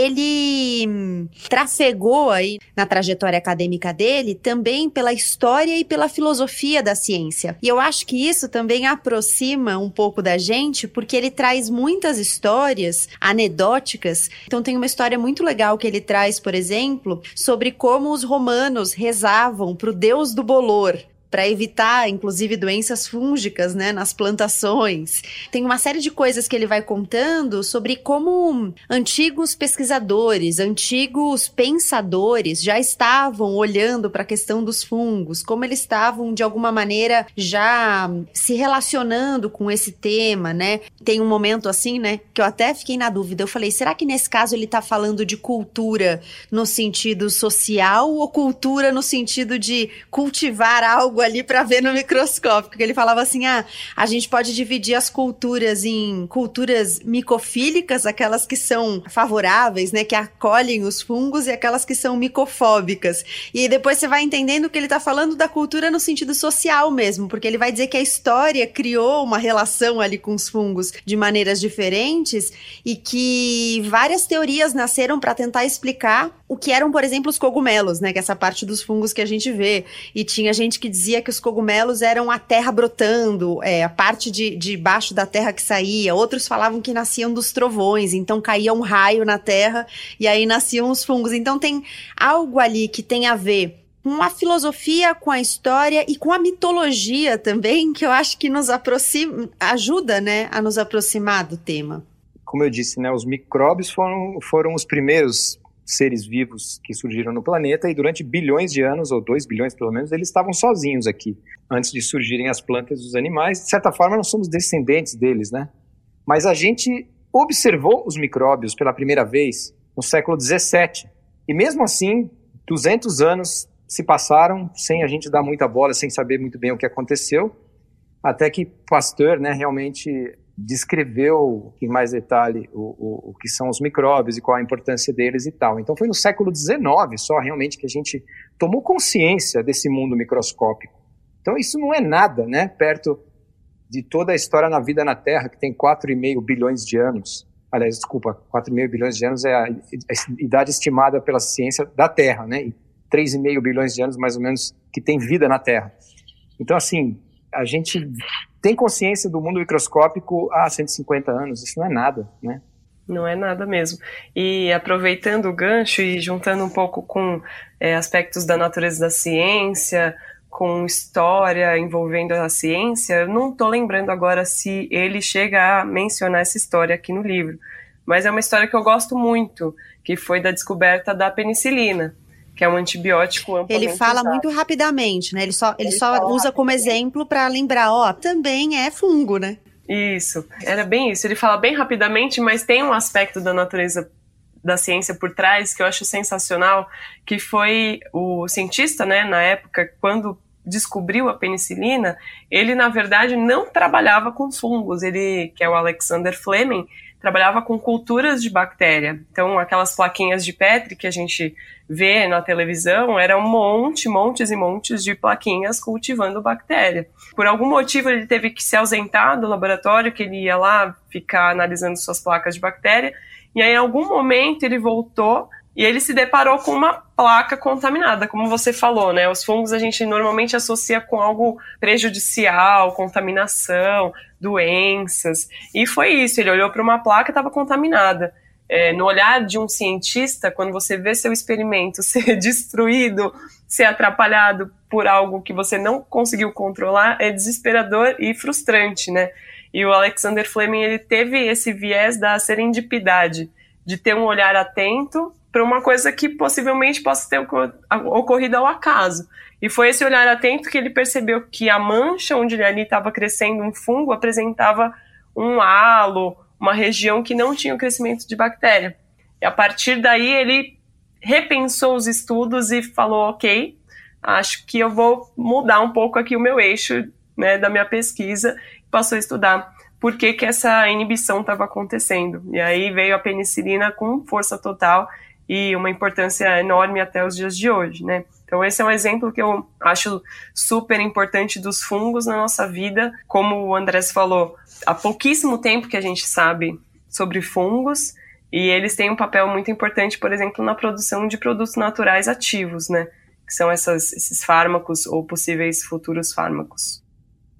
ele trafegou aí na trajetória acadêmica dele também pela história e pela filosofia da ciência. E eu acho que isso também aproxima um pouco da gente, porque ele traz muitas histórias anedóticas. Então tem uma história muito legal que ele traz, por exemplo, sobre como os romanos rezavam para o deus do bolor, para evitar, inclusive, doenças fúngicas, né, nas plantações. Tem uma série de coisas que ele vai contando sobre como antigos pesquisadores, antigos pensadores já estavam olhando para a questão dos fungos, como eles estavam, de alguma maneira, já se relacionando com esse tema, né? Tem um momento assim, né, que eu até fiquei na dúvida. Eu falei, será que nesse caso ele está falando de cultura no sentido social ou cultura no sentido de cultivar algo ali para ver no microscópio? Porque ele falava assim, ah, a gente pode dividir as culturas em culturas micofílicas, aquelas que são favoráveis, né, que acolhem os fungos, e aquelas que são micofóbicas. E aí depois você vai entendendo que ele está falando da cultura no sentido social mesmo, porque ele vai dizer que a história criou uma relação ali com os fungos de maneiras diferentes e que várias teorias nasceram para tentar explicar o que eram, por exemplo, os cogumelos, né, que é essa parte dos fungos que a gente vê. E tinha gente que dizia que os cogumelos eram a terra brotando, é, a parte de, de baixo da terra que saía. Outros falavam que nasciam dos trovões, então caía um raio na terra e aí nasciam os fungos. Então tem algo ali que tem a ver com a filosofia, com a história e com a mitologia também, que eu acho que nos aproxima, ajuda, né, a nos aproximar do tema. Como eu disse, né, os micróbios foram, foram os primeiros seres vivos que surgiram no planeta, e durante bilhões de anos, ou dois bilhões pelo menos, eles estavam sozinhos aqui, antes de surgirem as plantas e os animais. De certa forma, nós somos descendentes deles, né? Mas a gente observou os micróbios pela primeira vez no século dezessete, e mesmo assim, duzentos anos se passaram sem a gente dar muita bola, sem saber muito bem o que aconteceu, até que Pasteur, né, realmente descreveu em mais detalhe o, o, o que são os micróbios e qual a importância deles e tal. Então foi no século dezenove só realmente que a gente tomou consciência desse mundo microscópico. Então isso não é nada, né, perto de toda a história na vida na Terra, que tem quatro vírgula cinco bilhões de anos. Aliás, desculpa, quatro vírgula cinco bilhões de anos é a, a idade estimada pela ciência da Terra, né, e três vírgula cinco bilhões de anos mais ou menos que tem vida na Terra. Então assim, a gente tem consciência do mundo microscópico há cento e cinquenta anos, isso não é nada, né? Não é nada mesmo. E aproveitando o gancho e juntando um pouco com é, aspectos da natureza da ciência, com história envolvendo a ciência, eu não estou lembrando agora se ele chega a mencionar essa história aqui no livro, mas é uma história que eu gosto muito, que foi da descoberta da penicilina, que é um antibiótico amplamente Ele fala usado. muito rapidamente, né? Ele só, ele Ele só usa como exemplo para lembrar, ó, também é fungo, né? Isso, era bem isso. Ele fala bem rapidamente, mas tem um aspecto da natureza da ciência por trás que eu acho sensacional, que foi o cientista, né, na época, quando descobriu a penicilina, ele, na verdade, não trabalhava com fungos. Ele, que é o Alexander Fleming, trabalhava com culturas de bactéria. Então, aquelas plaquinhas de Petri que a gente vê na televisão, era um monte, montes e montes de plaquinhas cultivando bactéria. Por algum motivo, ele teve que se ausentar do laboratório, que ele ia lá ficar analisando suas placas de bactéria, e aí, em algum momento, ele voltou e ele se deparou com uma placa contaminada, como você falou, né? Os fungos a gente normalmente associa com algo prejudicial, contaminação, doenças. E foi isso, ele olhou para uma placa e estava contaminada. É, no olhar de um cientista, quando você vê seu experimento ser destruído, ser atrapalhado por algo que você não conseguiu controlar, é desesperador e frustrante, né? E o Alexander Fleming, ele teve esse viés da serendipidade, de ter um olhar atento para uma coisa que possivelmente possa ter ocorrido ao acaso. E foi esse olhar atento que ele percebeu que a mancha onde ali estava crescendo um fungo apresentava um halo, uma região que não tinha o crescimento de bactéria. E a partir daí ele repensou os estudos e falou, ok, acho que eu vou mudar um pouco aqui o meu eixo, né, da minha pesquisa, e passou a estudar por que que essa inibição estava acontecendo. E aí veio a penicilina com força total e uma importância enorme até os dias de hoje, né? Então esse é um exemplo que eu acho super importante dos fungos na nossa vida. Como o Andrés falou, há pouquíssimo tempo que a gente sabe sobre fungos, e eles têm um papel muito importante, por exemplo, na produção de produtos naturais ativos, né? Que são essas, esses fármacos ou possíveis futuros fármacos.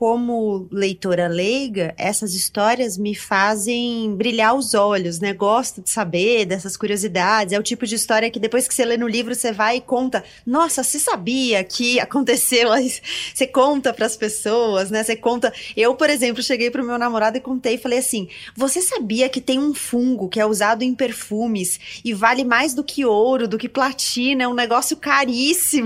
como leitora leiga, essas histórias me fazem brilhar os olhos, né? Gosto de saber dessas curiosidades. É o tipo de história que depois que você lê no livro, você vai e conta. Nossa, você sabia que aconteceu? Você conta para as pessoas, né? Você conta. Eu, por exemplo, cheguei pro meu namorado e contei e falei assim: você sabia que tem um fungo que é usado em perfumes e vale mais do que ouro, do que platina? É um negócio caríssimo.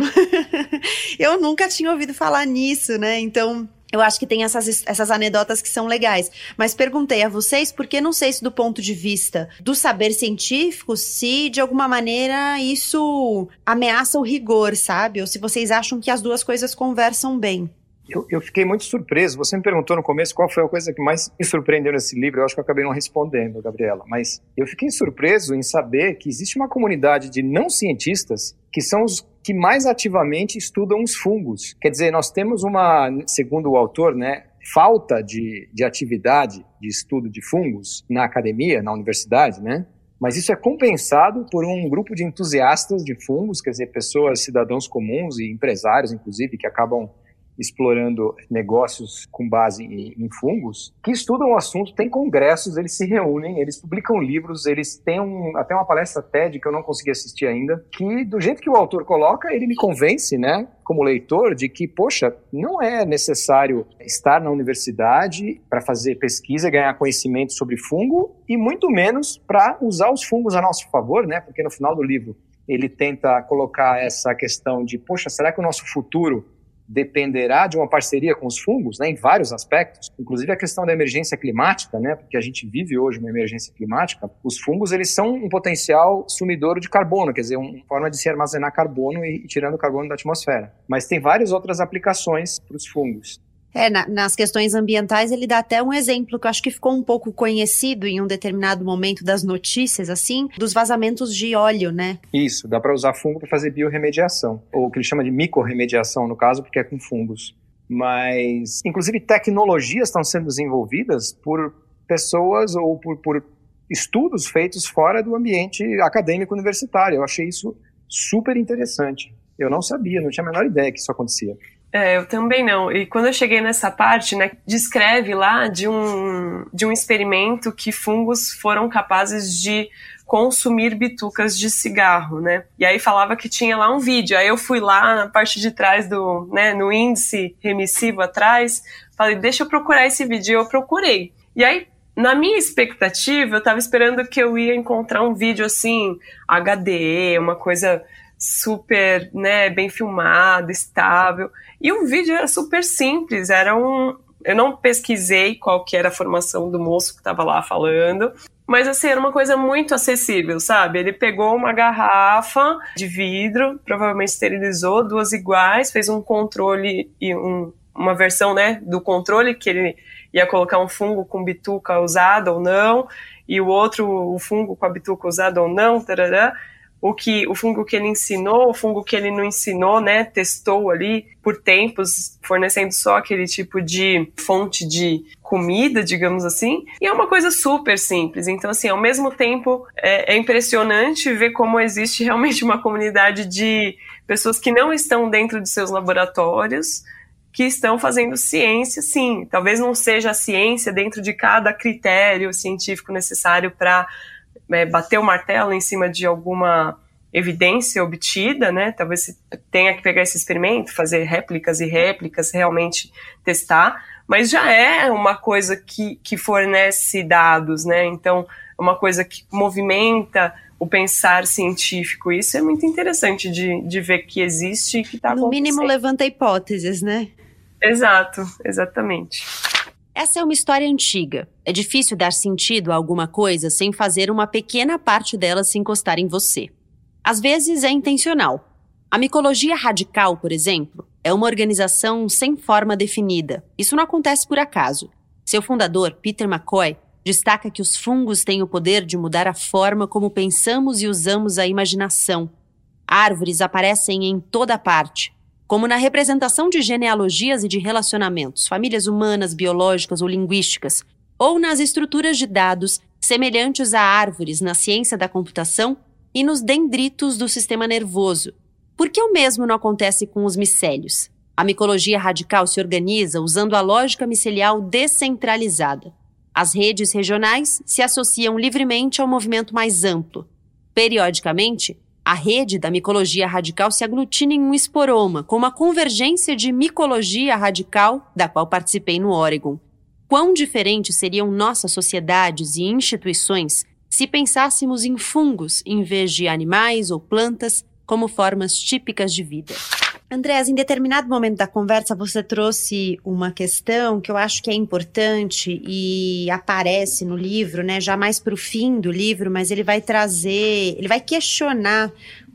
Eu nunca tinha ouvido falar nisso, né? Então, eu acho que tem essas, essas anedotas que são legais. Mas perguntei a vocês, porque não sei se do ponto de vista do saber científico, se de alguma maneira isso ameaça o rigor, sabe? Ou se vocês acham que as duas coisas conversam bem. Eu, eu fiquei muito surpreso. Você me perguntou no começo qual foi a coisa que mais me surpreendeu nesse livro. Eu acho que eu acabei não respondendo, Gabriela. Mas eu fiquei surpreso em saber que existe uma comunidade de não cientistas que são os que mais ativamente estudam os fungos. Quer dizer, nós temos uma, segundo o autor, né, falta de, de atividade de estudo de fungos na academia, na universidade, né? Mas isso é compensado por um grupo de entusiastas de fungos, quer dizer, pessoas, cidadãos comuns e empresários, inclusive, que acabam explorando negócios com base em, em fungos, que estudam o assunto, tem congressos, eles se reúnem, eles publicam livros, eles têm um, até uma palestra TED que eu não consegui assistir ainda, que do jeito que o autor coloca, ele me convence, né, como leitor, de que, poxa, não é necessário estar na universidade para fazer pesquisa, ganhar conhecimento sobre fungo, e muito menos para usar os fungos a nosso favor, né, porque no final do livro ele tenta colocar essa questão de, poxa, será que o nosso futuro dependerá de uma parceria com os fungos, né, em vários aspectos, inclusive a questão da emergência climática, né, porque a gente vive hoje uma emergência climática. Os fungos, eles são um potencial sumidouro de carbono, quer dizer, uma forma de se armazenar carbono e, e tirando o carbono da atmosfera. Mas tem várias outras aplicações para os fungos. É, na, nas questões ambientais ele dá até um exemplo que eu acho que ficou um pouco conhecido em um determinado momento das notícias, assim, dos vazamentos de óleo, né? Isso, dá para usar fungo para fazer biorremediação, ou o que ele chama de micorremediação, no caso, porque é com fungos. Mas, inclusive, tecnologias estão sendo desenvolvidas por pessoas ou por, por estudos feitos fora do ambiente acadêmico universitário. Eu achei isso super interessante. Eu não sabia, não tinha a menor ideia que isso acontecia. É, eu também não. E quando eu cheguei nessa parte, né, descreve lá de um, de um experimento que fungos foram capazes de consumir bitucas de cigarro, né? E aí falava que tinha lá um vídeo. Aí eu fui lá na parte de trás do, né, no índice remissivo atrás, falei, deixa eu procurar esse vídeo. E eu procurei. E aí, na minha expectativa, eu tava esperando que eu ia encontrar um vídeo assim, H D, uma coisa super, né, bem filmado, estável. E o vídeo era super simples, era um... Eu não pesquisei qual que era a formação do moço que estava lá falando, mas assim, era uma coisa muito acessível, sabe? Ele pegou uma garrafa de vidro, provavelmente esterilizou, duas iguais, fez um controle e um, uma versão, né, do controle, que ele ia colocar um fungo com bituca usada ou não, e o outro, o fungo com a bituca usada ou não, tarará. O, que, o fungo que ele ensinou, o fungo que ele não ensinou, né, testou ali por tempos, fornecendo só aquele tipo de fonte de comida, digamos assim, e é uma coisa super simples. Então, assim, ao mesmo tempo, é, é impressionante ver como existe realmente uma comunidade de pessoas que não estão dentro de seus laboratórios, que estão fazendo ciência, sim. Talvez não seja a ciência dentro de cada critério científico necessário para É, bater o martelo em cima de alguma evidência obtida, né? Talvez você tenha que pegar esse experimento, fazer réplicas e réplicas, realmente testar, mas já é uma coisa que, que fornece dados, né? Então, é uma coisa que movimenta o pensar científico. Isso é muito interessante de, de ver que existe e que está acontecendo. No mínimo, levanta hipóteses, né? Exato, exatamente. Essa é uma história antiga. É difícil dar sentido a alguma coisa sem fazer uma pequena parte dela se encostar em você. Às vezes é intencional. A micologia radical, por exemplo, é uma organização sem forma definida. Isso não acontece por acaso. Seu fundador, Peter McCoy, destaca que os fungos têm o poder de mudar a forma como pensamos e usamos a imaginação. Árvores aparecem em toda parte, como na representação de genealogias e de relacionamentos, famílias humanas, biológicas ou linguísticas, ou nas estruturas de dados semelhantes a árvores na ciência da computação e nos dendritos do sistema nervoso. Por que o mesmo não acontece com os micélios? A micologia radical se organiza usando a lógica micelial descentralizada. As redes regionais se associam livremente ao movimento mais amplo. Periodicamente, a rede da micologia radical se aglutina em um esporoma, com uma convergência de micologia radical, da qual participei no Oregon. Quão diferentes seriam nossas sociedades e instituições se pensássemos em fungos em vez de animais ou plantas como formas típicas de vida? Andrés, em determinado momento da conversa você trouxe uma questão que eu acho que é importante e aparece no livro, né, já mais para o fim do livro, mas ele vai trazer, ele vai questionar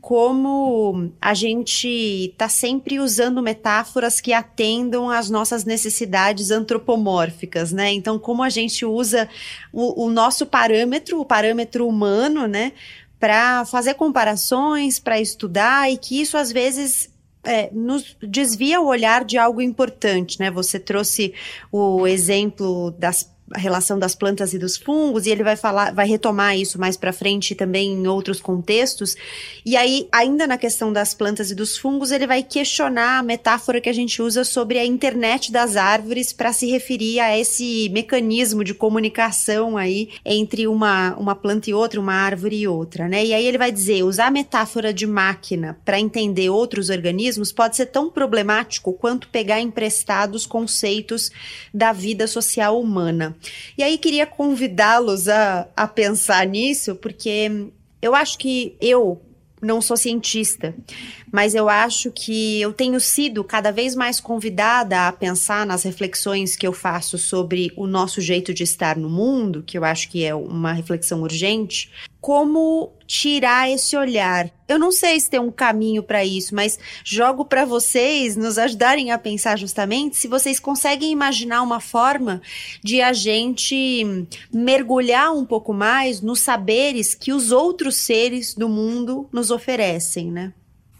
como a gente está sempre usando metáforas que atendam às nossas necessidades antropomórficas, né? Então, como a gente usa o, o nosso parâmetro, o parâmetro humano, né, para fazer comparações, para estudar, e que isso às vezes É, nos desvia o olhar de algo importante, né? Você trouxe o exemplo das a relação das plantas e dos fungos, e ele vai falar, vai retomar isso mais para frente também em outros contextos. E aí, ainda na questão das plantas e dos fungos, ele vai questionar a metáfora que a gente usa sobre a internet das árvores para se referir a esse mecanismo de comunicação aí entre uma, uma planta e outra, uma árvore e outra, né? E aí ele vai dizer, usar a metáfora de máquina para entender outros organismos pode ser tão problemático quanto pegar emprestados conceitos da vida social humana. E aí queria convidá-los a, a pensar nisso, porque eu acho que eu não sou cientista, mas eu acho que eu tenho sido cada vez mais convidada a pensar nas reflexões que eu faço sobre o nosso jeito de estar no mundo, que eu acho que é uma reflexão urgente, como tirar esse olhar. Eu não sei se tem um caminho para isso, mas jogo para vocês nos ajudarem a pensar justamente se vocês conseguem imaginar uma forma de a gente mergulhar um pouco mais nos saberes que os outros seres do mundo nos oferecem, né?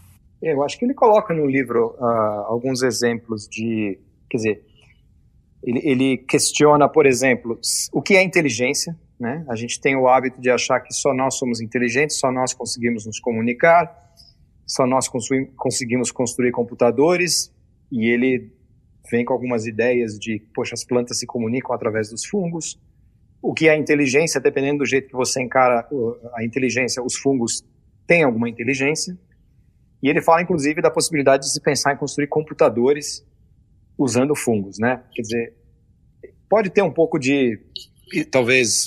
Eu acho que ele coloca no livro uh, alguns exemplos de, quer dizer, ele, ele questiona, por exemplo, o que é inteligência, né? A gente tem o hábito de achar que só nós somos inteligentes, só nós conseguimos nos comunicar, só nós conseguimos construir computadores, e ele vem com algumas ideias de, poxa, as plantas se comunicam através dos fungos. O que é inteligência, dependendo do jeito que você encara a inteligência, os fungos têm alguma inteligência. E ele fala, inclusive, da possibilidade de se pensar em construir computadores usando fungos, né? Quer dizer, pode ter um pouco de, talvez,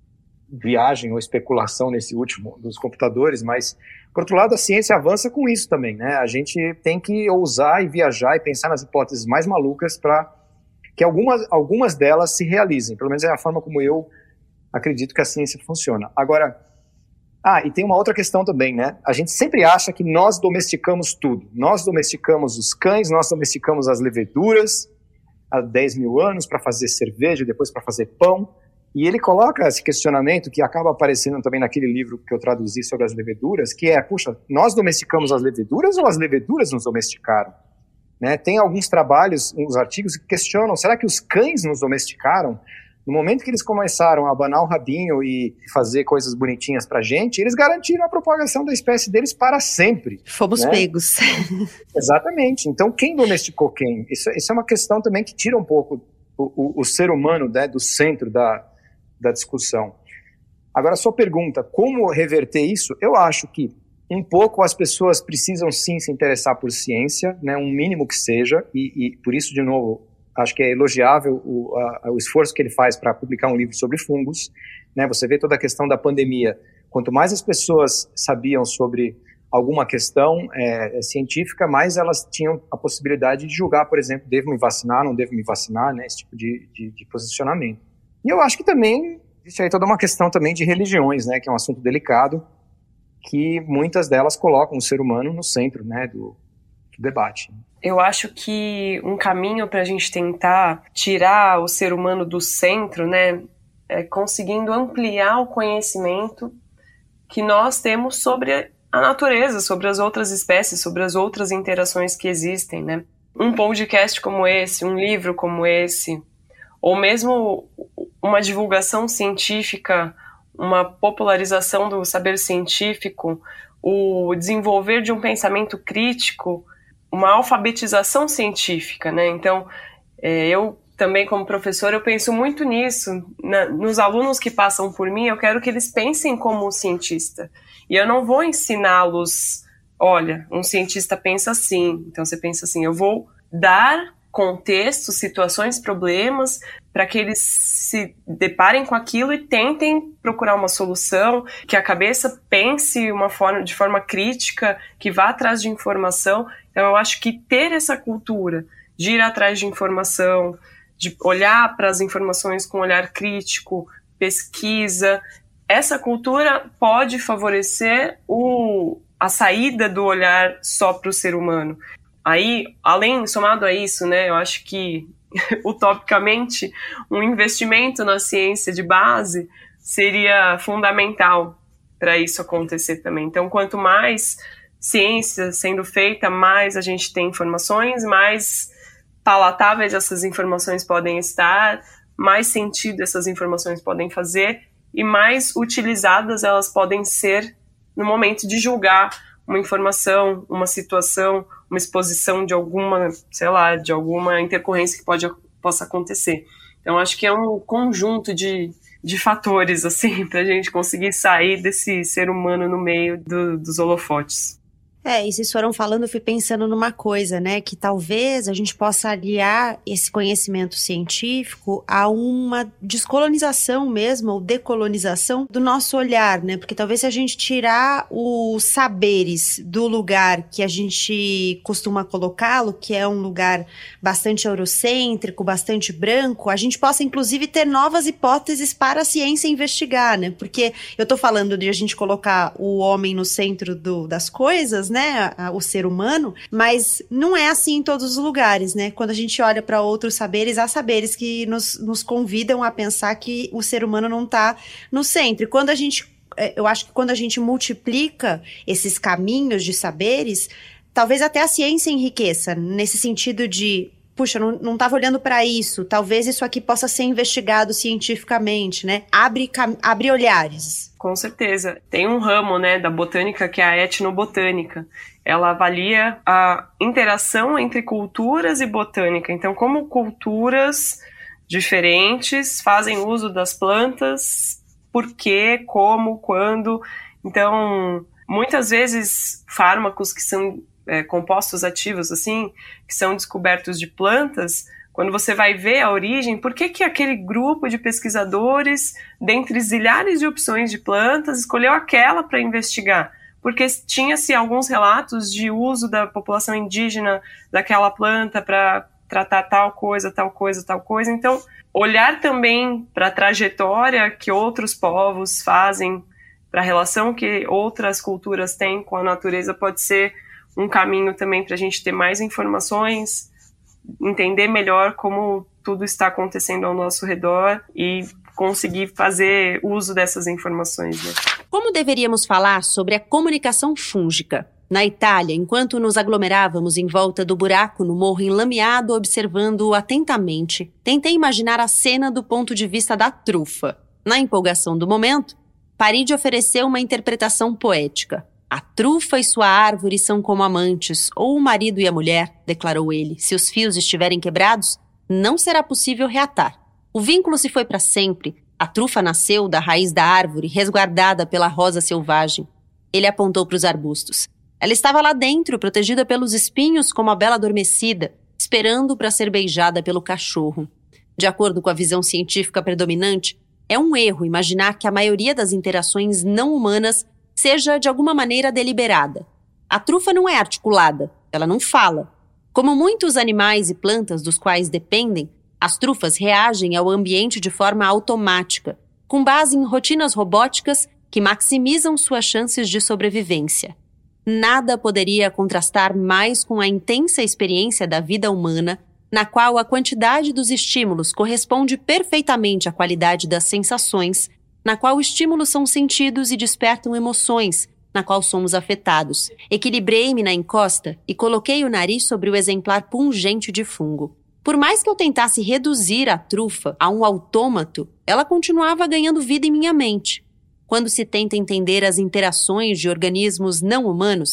viagem ou especulação nesse último dos computadores, mas, por outro lado, a ciência avança com isso também, né? A gente tem que ousar e viajar e pensar nas hipóteses mais malucas para que algumas, algumas delas se realizem. Pelo menos é a forma como eu acredito que a ciência funciona. Agora, ah, e tem uma outra questão também, né? A gente sempre acha que nós domesticamos tudo. Nós domesticamos os cães, nós domesticamos as leveduras há dez mil anos para fazer cerveja, depois para fazer pão. E ele coloca esse questionamento que acaba aparecendo também naquele livro que eu traduzi sobre as leveduras, que é, puxa, nós domesticamos as leveduras ou as leveduras nos domesticaram? Né? Tem alguns trabalhos, uns artigos que questionam, será que os cães nos domesticaram? No momento que eles começaram a abanar o rabinho e fazer coisas bonitinhas pra gente, eles garantiram a propagação da espécie deles para sempre. Fomos né? pegos. Exatamente. Então, quem domesticou quem? Isso, isso é uma questão também que tira um pouco o, o, o ser humano né, do centro da, da discussão. Agora, a sua pergunta, como reverter isso? Eu acho que um pouco as pessoas precisam sim se interessar por ciência, né, um mínimo que seja, e, e por isso, de novo, acho que é elogiável o, a, o esforço que ele faz para publicar um livro sobre fungos. Né? Você vê toda a questão da pandemia. Quanto mais as pessoas sabiam sobre alguma questão é, científica, mais elas tinham a possibilidade de julgar, por exemplo, devo me vacinar, não devo me vacinar, né? Esse tipo de, de, de posicionamento. E eu acho que também existe aí toda uma questão também de religiões, né? Que é um assunto delicado, que muitas delas colocam o ser humano no centro, né? do, do debate. Eu acho que um caminho para a gente tentar tirar o ser humano do centro, né, é conseguindo ampliar o conhecimento que nós temos sobre a natureza, sobre as outras espécies, sobre as outras interações que existem, né. Um podcast como esse, um livro como esse, ou mesmo uma divulgação científica, uma popularização do saber científico, o desenvolver de um pensamento crítico uma alfabetização científica, né? Então, é, eu também como professora, eu penso muito nisso, na, nos alunos que passam por mim, eu quero que eles pensem como um cientista. E eu não vou ensiná-los, olha, um cientista pensa assim, então você pensa assim, eu vou dar contexto, situações, problemas, para que eles se deparem com aquilo e tentem procurar uma solução, que a cabeça pense uma forma, de forma crítica, que vá atrás de informação. Então eu acho que ter essa cultura de ir atrás de informação, de olhar para as informações com um olhar crítico, pesquisa, essa cultura pode favorecer o, a saída do olhar só para o ser humano. Aí, além, somado a isso, né, eu acho que, utopicamente, um investimento na ciência de base seria fundamental para isso acontecer também. Então, quanto mais ciência sendo feita, mais a gente tem informações, mais palatáveis essas informações podem estar, mais sentido essas informações podem fazer e mais utilizadas elas podem ser no momento de julgar uma informação, uma situação, uma exposição de alguma, sei lá, de alguma intercorrência que pode, possa acontecer. Então, acho que é um conjunto de, de fatores, assim, para a gente conseguir sair desse ser humano no meio do, dos holofotes. É, e vocês foram falando, eu fui pensando numa coisa, né, que talvez a gente possa aliar esse conhecimento científico a uma descolonização mesmo, ou decolonização do nosso olhar, né, porque talvez se a gente tirar os saberes do lugar que a gente costuma colocá-lo, que é um lugar bastante eurocêntrico, bastante branco, a gente possa inclusive ter novas hipóteses para a ciência investigar, né, porque eu tô falando de a gente colocar o homem no centro do, das coisas, né, o ser humano, mas não é assim em todos os lugares, né? Quando a gente olha para outros saberes, há saberes que nos, nos convidam a pensar que o ser humano não está no centro. E quando a gente, eu acho que quando a gente multiplica esses caminhos de saberes, talvez até a ciência enriqueça, nesse sentido de, puxa, não, não estava olhando para isso, talvez isso aqui possa ser investigado cientificamente, né? Abre, abre olhares. Com certeza. Tem um ramo, né, da botânica que é a etnobotânica. Ela avalia a interação entre culturas e botânica. Então, como culturas diferentes fazem uso das plantas, por quê, como, quando. Então, muitas vezes, fármacos que são é, compostos ativos, assim, que são descobertos de plantas, quando você vai ver a origem, por que que aquele grupo de pesquisadores, dentre zilhares de opções de plantas, escolheu aquela para investigar? Porque tinha-se alguns relatos de uso da população indígena daquela planta para tratar tal coisa, tal coisa, tal coisa. Então, olhar também para a trajetória que outros povos fazem, para a relação que outras culturas têm com a natureza, pode ser um caminho também para a gente ter mais informações, entender melhor como tudo está acontecendo ao nosso redor e conseguir fazer uso dessas informações, né? Como deveríamos falar sobre a comunicação fúngica? Na Itália, enquanto nos aglomerávamos em volta do buraco no morro enlameado observando-o atentamente, tentei imaginar a cena do ponto de vista da trufa. Na empolgação do momento, Paride ofereceu uma interpretação poética. A trufa e sua árvore são como amantes, ou o marido e a mulher, declarou ele. Se os fios estiverem quebrados, não será possível reatar. O vínculo se foi para sempre. A trufa nasceu da raiz da árvore, resguardada pela rosa selvagem. Ele apontou para os arbustos. Ela estava lá dentro, protegida pelos espinhos como a bela adormecida, esperando para ser beijada pelo cachorro. De acordo com a visão científica predominante, é um erro imaginar que a maioria das interações não humanas seja de alguma maneira deliberada. A trufa não é articulada, ela não fala. Como muitos animais e plantas dos quais dependem, as trufas reagem ao ambiente de forma automática, com base em rotinas robóticas que maximizam suas chances de sobrevivência. Nada poderia contrastar mais com a intensa experiência da vida humana, na qual a quantidade dos estímulos corresponde perfeitamente à qualidade das sensações, na qual estímulos são sentidos e despertam emoções, na qual somos afetados. Equilibrei-me na encosta e coloquei o nariz sobre o exemplar pungente de fungo. Por mais que eu tentasse reduzir a trufa a um autômato, ela continuava ganhando vida em minha mente. Quando se tenta entender as interações de organismos não humanos,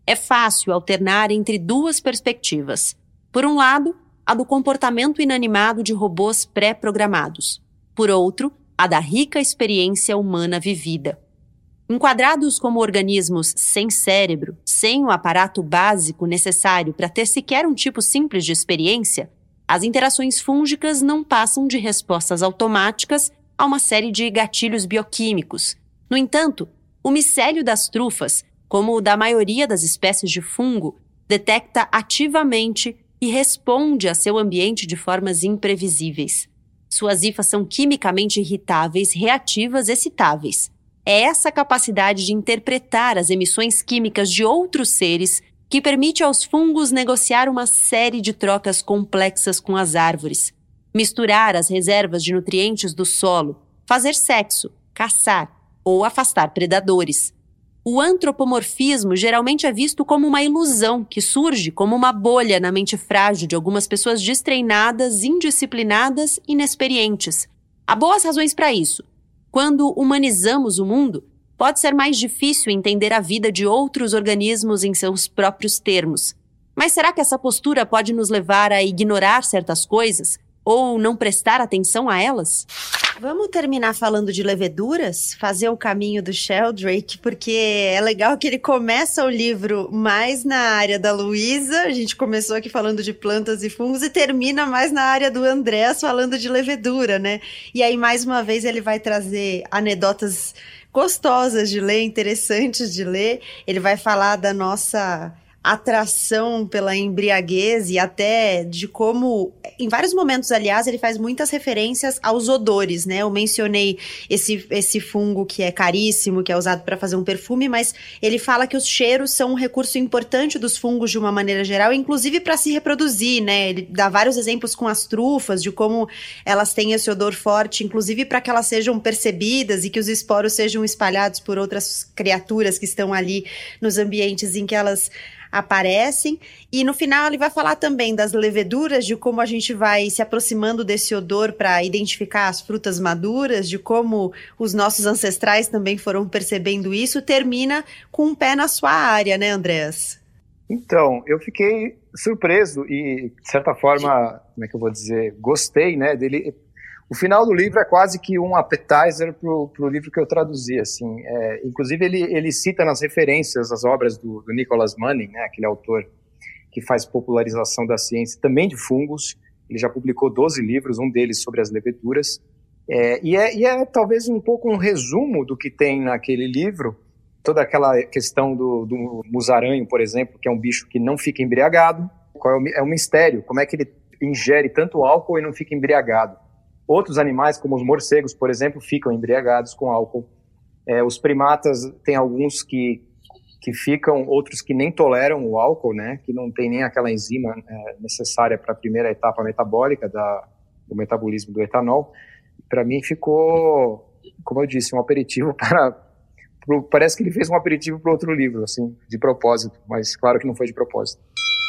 É fácil alternar entre duas perspectivas. Por um lado, a do comportamento inanimado de robôs pré-programados. Por outro, a da rica experiência humana vivida. Enquadrados como organismos sem cérebro, sem o aparato básico necessário para ter sequer um tipo simples de experiência, as interações fúngicas não passam de respostas automáticas a uma série de gatilhos bioquímicos. No entanto, o micélio das trufas, como o da maioria das espécies de fungo, detecta ativamente e responde a seu ambiente de formas imprevisíveis. Suas hifas são quimicamente irritáveis, reativas, excitáveis. É essa capacidade de interpretar as emissões químicas de outros seres que permite aos fungos negociar uma série de trocas complexas com as árvores, misturar as reservas de nutrientes do solo, fazer sexo, caçar ou afastar predadores. O antropomorfismo geralmente é visto como uma ilusão que surge como uma bolha na mente frágil de algumas pessoas destreinadas, indisciplinadas e inexperientes. Há boas razões para isso. Quando humanizamos o mundo, pode ser mais difícil entender a vida de outros organismos em seus próprios termos. Mas será que essa postura pode nos levar a ignorar certas coisas ou não prestar atenção a elas? Vamos terminar falando de leveduras? Fazer o caminho do Sheldrake, porque é legal que ele começa o livro mais na área da Luísa, a gente começou aqui falando de plantas e fungos, e termina mais na área do Andrés falando de levedura, né? E aí, mais uma vez, ele vai trazer anedotas gostosas de ler, interessantes de ler. Ele vai falar da nossa atração pela embriaguez e até de como, em vários momentos, aliás, ele faz muitas referências aos odores, né? Eu mencionei esse, esse fungo que é caríssimo, que é usado para fazer um perfume, mas ele fala que os cheiros são um recurso importante dos fungos de uma maneira geral, inclusive para se reproduzir, né? Ele dá vários exemplos com as trufas, de como elas têm esse odor forte, inclusive para que elas sejam percebidas e que os esporos sejam espalhados por outras criaturas que estão ali nos ambientes em que elas aparecem. E no final ele vai falar também das leveduras, de como a gente vai se aproximando desse odor para identificar as frutas maduras, de como os nossos ancestrais também foram percebendo isso. Termina com um pé na sua área, né, Andrés? Então, eu fiquei surpreso e, de certa forma, como é que eu vou dizer, gostei, né, dele. O final do livro é quase que um appetizer pro, pro livro que eu traduzi, assim. É, inclusive, ele, ele cita nas referências as obras do, do Nicholas Manning, né, aquele autor que faz popularização da ciência, também de fungos. Ele já publicou doze livros, um deles sobre as leveduras. É, e, é, e é talvez um pouco um resumo do que tem naquele livro, toda aquela questão do, do musaranho, por exemplo, que é um bicho que não fica embriagado. Qual é o, é o mistério, como é que ele ingere tanto álcool e não fica embriagado. Outros animais, como os morcegos, por exemplo, ficam embriagados com álcool. É, os primatas, tem alguns que, que ficam, outros que nem toleram o álcool, né? Que não tem nem aquela enzima é, necessária para a primeira etapa metabólica da, do metabolismo do etanol. Para mim ficou, como eu disse, um aperitivo para... Pro, parece que ele fez um aperitivo para outro livro, assim, de propósito, mas claro que não foi de propósito.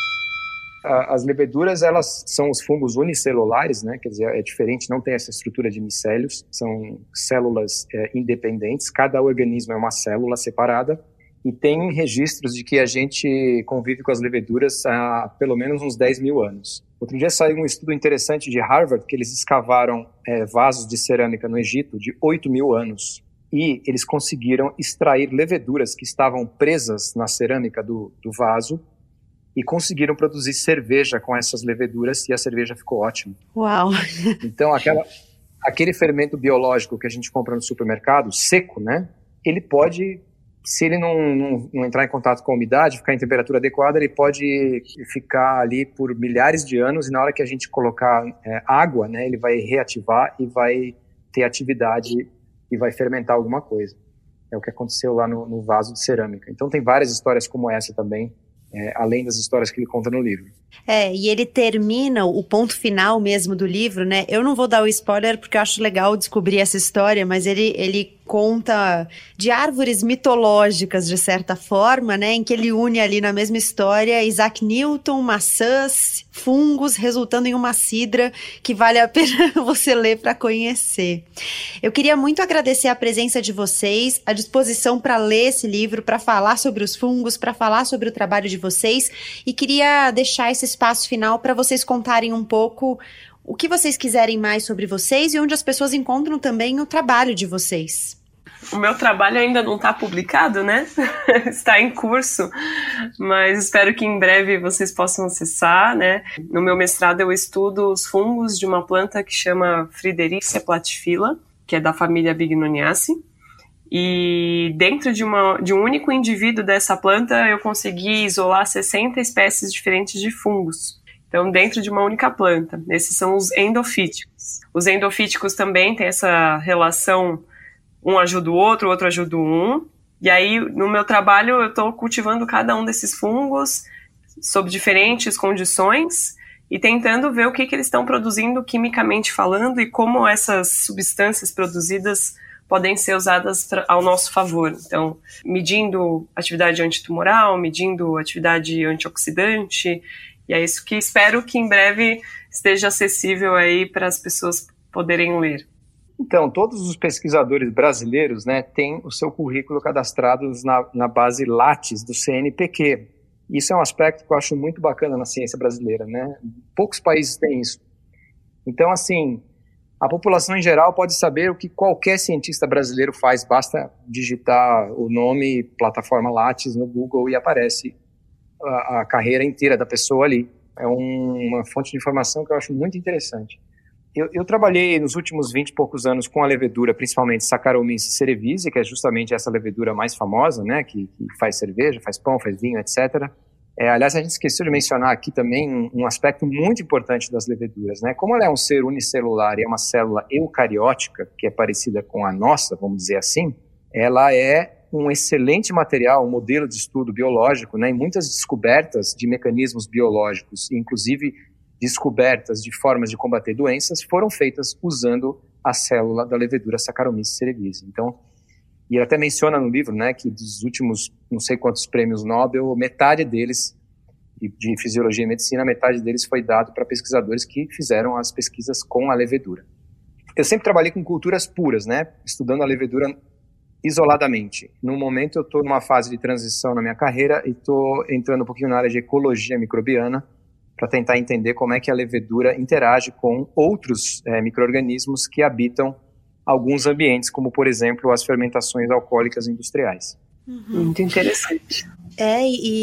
As leveduras, elas são os fungos unicelulares, né? Quer dizer, é diferente, não tem essa estrutura de micélios, são células é, independentes, cada organismo é uma célula separada, e tem registros de que a gente convive com as leveduras há pelo menos uns dez mil anos. Outro dia saiu um estudo interessante de Harvard, que eles escavaram é, vasos de cerâmica no Egito de oito mil anos, e eles conseguiram extrair leveduras que estavam presas na cerâmica do, do vaso, e conseguiram produzir cerveja com essas leveduras, e a cerveja ficou ótima. Uau! Então, aquela, aquele fermento biológico que a gente compra no supermercado, seco, né? Ele pode, se ele não, não, não entrar em contato com a umidade, ficar em temperatura adequada, ele pode ficar ali por milhares de anos, e na hora que a gente colocar é, água, né, ele vai reativar e vai ter atividade e vai fermentar alguma coisa. É o que aconteceu lá no, no vaso de cerâmica. Então, tem várias histórias como essa também, É, além das histórias que ele conta no livro. É, e ele termina o ponto final mesmo do livro, né? Eu não vou dar o spoiler porque eu acho legal descobrir essa história, mas ele, ele conta de árvores mitológicas, de certa forma, né? Em que ele une ali na mesma história Isaac Newton, maçãs, fungos, resultando em uma cidra que vale a pena você ler para conhecer. Eu queria muito agradecer a presença de vocês, a disposição para ler esse livro, para falar sobre os fungos, para falar sobre o trabalho de vocês, e queria deixar esse espaço final para vocês contarem um pouco o que vocês quiserem mais sobre vocês e onde as pessoas encontram também o trabalho de vocês. O meu trabalho ainda não está publicado, né? Está em curso, mas espero que em breve vocês possam acessar, né? No meu mestrado eu estudo os fungos de uma planta que chama Fridericia platyphylla, que é da família Bignoniaceae. E dentro de, uma, de um único indivíduo dessa planta eu consegui isolar sessenta espécies diferentes de fungos. Então, dentro de uma única planta. Esses são os endofíticos. Os endofíticos também têm essa relação, um ajuda o outro, o outro ajuda um. E aí, no meu trabalho, eu estou cultivando cada um desses fungos sob diferentes condições e tentando ver o que, que eles estão produzindo quimicamente falando e como essas substâncias produzidas podem ser usadas ao nosso favor. Então, medindo atividade antitumoral, medindo atividade antioxidante. E é isso que espero que em breve esteja acessível aí para as pessoas poderem ler. Então, todos os pesquisadores brasileiros, né, têm o seu currículo cadastrado na, na base Lattes do C N P Q. Isso é um aspecto que eu acho muito bacana na ciência brasileira, né? Poucos países têm isso. Então, assim, a população em geral pode saber o que qualquer cientista brasileiro faz, basta digitar o nome, plataforma Lattes no Google e aparece a, a carreira inteira da pessoa ali. É um, uma fonte de informação que eu acho muito interessante. Eu, eu trabalhei nos últimos vinte e poucos anos com a levedura, principalmente Saccharomyces cerevisiae, que é justamente essa levedura mais famosa, né, que, que faz cerveja, faz pão, faz vinho, etcétera. É, aliás, a gente esqueceu de mencionar aqui também um, um aspecto muito importante das leveduras, né? Como ela é um ser unicelular e é uma célula eucariótica, que é parecida com a nossa, vamos dizer assim, ela é um excelente material, um modelo de estudo biológico, né? E muitas descobertas de mecanismos biológicos, inclusive descobertas de formas de combater doenças, foram feitas usando a célula da levedura Saccharomyces cerevisiae. Então, e ele até menciona no livro, né, que dos últimos não sei quantos prêmios Nobel, metade deles, de fisiologia e medicina, metade deles foi dado para pesquisadores que fizeram as pesquisas com a levedura. Eu sempre trabalhei com culturas puras, né, estudando a levedura isoladamente. No momento eu estou numa fase de transição na minha carreira e estou entrando um pouquinho na área de ecologia microbiana para tentar entender como é que a levedura interage com outros é, micro-organismos que habitam alguns ambientes, como, por exemplo, as fermentações alcoólicas industriais. Uhum. Muito interessante. É,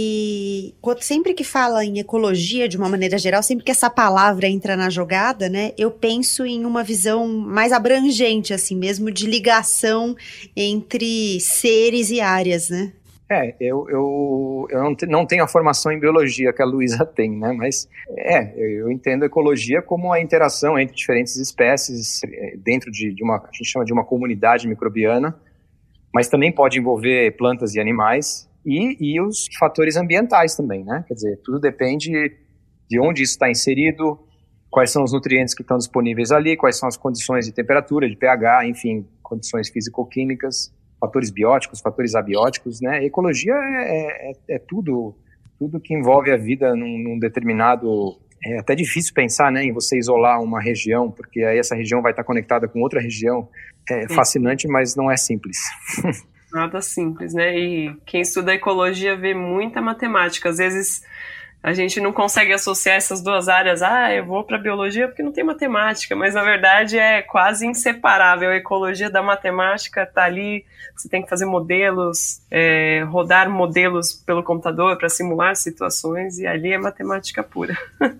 e sempre que fala em ecologia, de uma maneira geral, sempre que essa palavra entra na jogada, né, eu penso em uma visão mais abrangente, assim mesmo, de ligação entre seres e áreas, né? É, eu, eu, eu não, te, não tenho a formação em biologia que a Luísa tem, né, mas é, eu entendo a ecologia como a interação entre diferentes espécies dentro de, de uma, a gente chama de uma comunidade microbiana, mas também pode envolver plantas e animais e, e os fatores ambientais também, né, quer dizer, tudo depende de onde isso está inserido, quais são os nutrientes que estão disponíveis ali, quais são as condições de temperatura, de pH, enfim, condições físico-químicas, fatores bióticos, fatores abióticos, né? Ecologia é, é, é tudo, tudo que envolve a vida num, num determinado... É até difícil pensar, né, em você isolar uma região, porque aí essa região vai estar conectada com outra região. É fascinante, mas não é simples. Nada simples, né? E quem estuda ecologia vê muita matemática. Às vezes a gente não consegue associar essas duas áreas. Ah, eu vou para biologia porque não tem matemática, mas na verdade é quase inseparável. A ecologia da matemática está ali, você tem que fazer modelos, é, rodar modelos pelo computador para simular situações, e ali é matemática pura.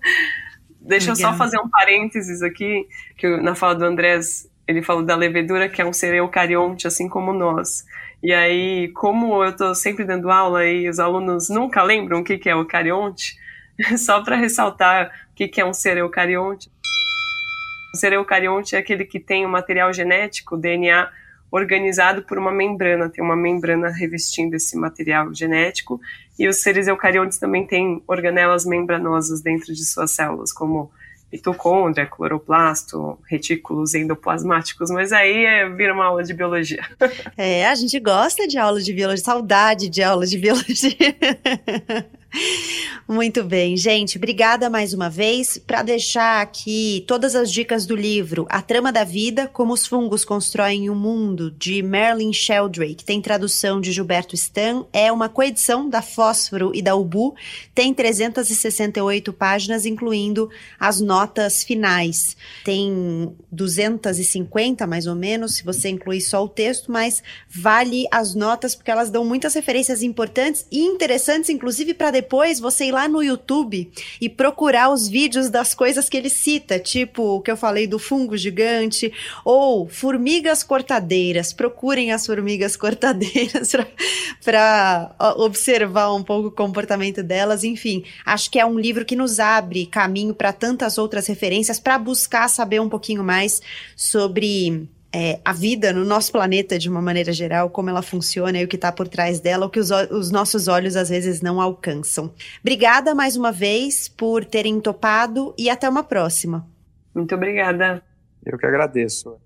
Deixa eu só fazer um parênteses aqui, que na fala do Andrés, ele falou da levedura, que é um ser eucarionte, assim como nós. E aí, como eu estou sempre dando aula e os alunos nunca lembram o que, que é eucarionte, só para ressaltar o que, que é um ser eucarionte. O ser eucarionte é aquele que tem o material genético, o D N A, organizado por uma membrana, tem uma membrana revestindo esse material genético, e os seres eucariontes também têm organelas membranosas dentro de suas células, como mitocôndria, cloroplasto, retículos endoplasmáticos, mas aí é, vira uma aula de biologia. É, a gente gosta de aula de biologia, saudade de aula de biologia. Muito bem, gente, obrigada mais uma vez. Para deixar aqui todas as dicas do livro A Trama da Vida, Como os Fungos Constroem o Mundo, de Marilyn Sheldrake, tem tradução de Gilberto Stan, é uma coedição da Fósforo e da Ubu, tem trezentas e sessenta e oito páginas, incluindo as notas finais. Tem duzentas e cinquenta, mais ou menos, se você incluir só o texto, mas vale as notas porque elas dão muitas referências importantes e interessantes, inclusive para depois você ir lá no YouTube e procurar os vídeos das coisas que ele cita, tipo o que eu falei do fungo gigante, ou formigas cortadeiras. Procurem as formigas cortadeiras para observar um pouco o comportamento delas. Enfim, acho que é um livro que nos abre caminho para tantas outras referências, para buscar saber um pouquinho mais sobre É, a vida no nosso planeta de uma maneira geral, como ela funciona e o que está por trás dela, o que os, os nossos olhos às vezes não alcançam. Obrigada mais uma vez por terem topado e até uma próxima. Muito obrigada. Eu que agradeço.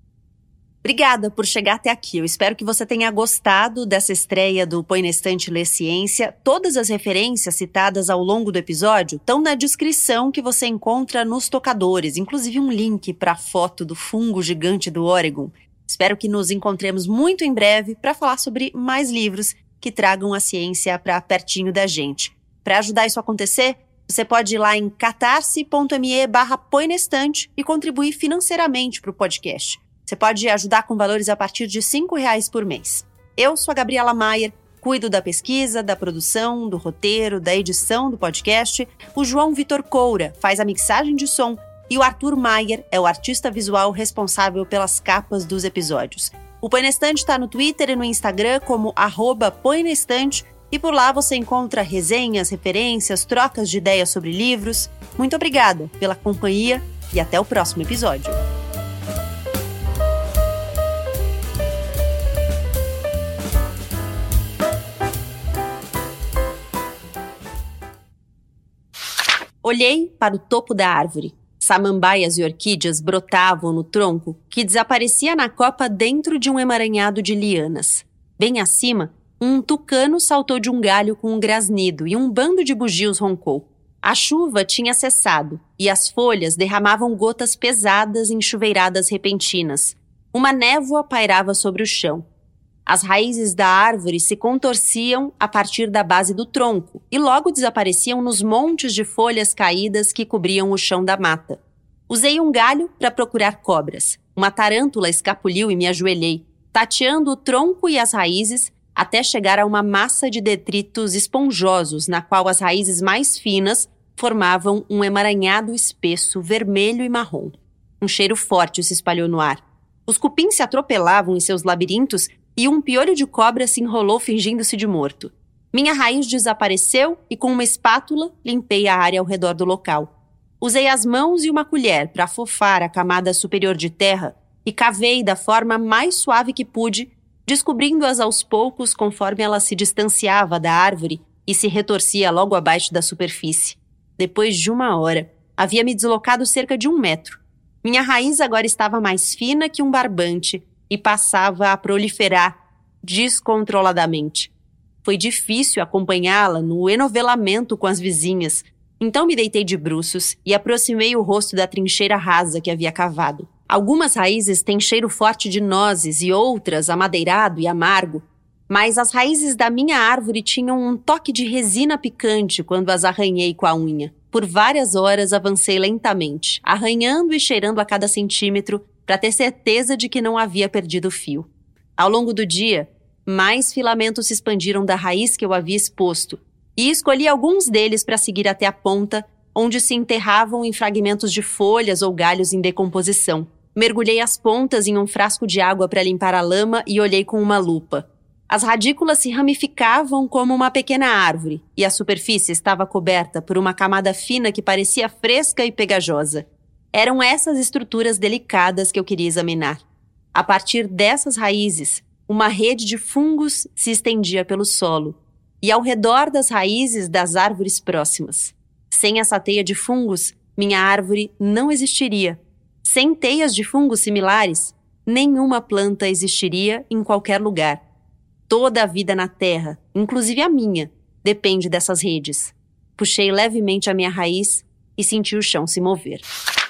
Obrigada por chegar até aqui. Eu espero que você tenha gostado dessa estreia do Põe na Estante Lê Ciência. Todas as referências citadas ao longo do episódio estão na descrição que você encontra nos tocadores, inclusive um link para a foto do fungo gigante do Oregon. Espero que nos encontremos muito em breve para falar sobre mais livros que tragam a ciência para pertinho da gente. Para ajudar isso a acontecer, você pode ir lá em catarse.me barra Põe na Estante e contribuir financeiramente para o podcast. Você pode ajudar com valores a partir de cinco reais por mês. Eu sou a Gabriela Maier, cuido da pesquisa, da produção, do roteiro, da edição do podcast. O João Vitor Coura faz a mixagem de som e o Arthur Maier é o artista visual responsável pelas capas dos episódios. O Põe na Estante está no Twitter e no Instagram como arroba Põe na Estante, e por lá você encontra resenhas, referências, trocas de ideias sobre livros. Muito obrigada pela companhia e até o próximo episódio. Olhei para o topo da árvore. Samambaias e orquídeas brotavam no tronco, que desaparecia na copa dentro de um emaranhado de lianas. Bem acima, um tucano saltou de um galho com um grasnido e um bando de bugios roncou. A chuva tinha cessado e as folhas derramavam gotas pesadas em chuveiradas repentinas. Uma névoa pairava sobre o chão. As raízes da árvore se contorciam a partir da base do tronco e logo desapareciam nos montes de folhas caídas que cobriam o chão da mata. Usei um galho para procurar cobras. Uma tarântula escapuliu e me ajoelhei, tateando o tronco e as raízes até chegar a uma massa de detritos esponjosos na qual as raízes mais finas formavam um emaranhado espesso vermelho e marrom. Um cheiro forte se espalhou no ar. Os cupins se atropelavam em seus labirintos e um piolho de cobra se enrolou fingindo-se de morto. Minha raiz desapareceu e com uma espátula limpei a área ao redor do local. Usei as mãos e uma colher para afofar a camada superior de terra e cavei da forma mais suave que pude, descobrindo-as aos poucos conforme ela se distanciava da árvore e se retorcia logo abaixo da superfície. Depois de uma hora, havia me deslocado cerca de um metro. Minha raiz agora estava mais fina que um barbante e passava a proliferar descontroladamente. Foi difícil acompanhá-la no enovelamento com as vizinhas, então me deitei de bruços e aproximei o rosto da trincheira rasa que havia cavado. Algumas raízes têm cheiro forte de nozes e outras amadeirado e amargo, mas as raízes da minha árvore tinham um toque de resina picante quando as arranhei com a unha. Por várias horas avancei lentamente, arranhando e cheirando a cada centímetro, para ter certeza de que não havia perdido o fio. Ao longo do dia, mais filamentos se expandiram da raiz que eu havia exposto, e escolhi alguns deles para seguir até a ponta, onde se enterravam em fragmentos de folhas ou galhos em decomposição. Mergulhei as pontas em um frasco de água para limpar a lama e olhei com uma lupa. As radículas se ramificavam como uma pequena árvore, e a superfície estava coberta por uma camada fina que parecia fresca e pegajosa. Eram essas estruturas delicadas que eu queria examinar. A partir dessas raízes, uma rede de fungos se estendia pelo solo e ao redor das raízes das árvores próximas. Sem essa teia de fungos, minha árvore não existiria. Sem teias de fungos similares, nenhuma planta existiria em qualquer lugar. Toda a vida na terra, inclusive a minha, depende dessas redes. Puxei levemente a minha raiz e senti o chão se mover.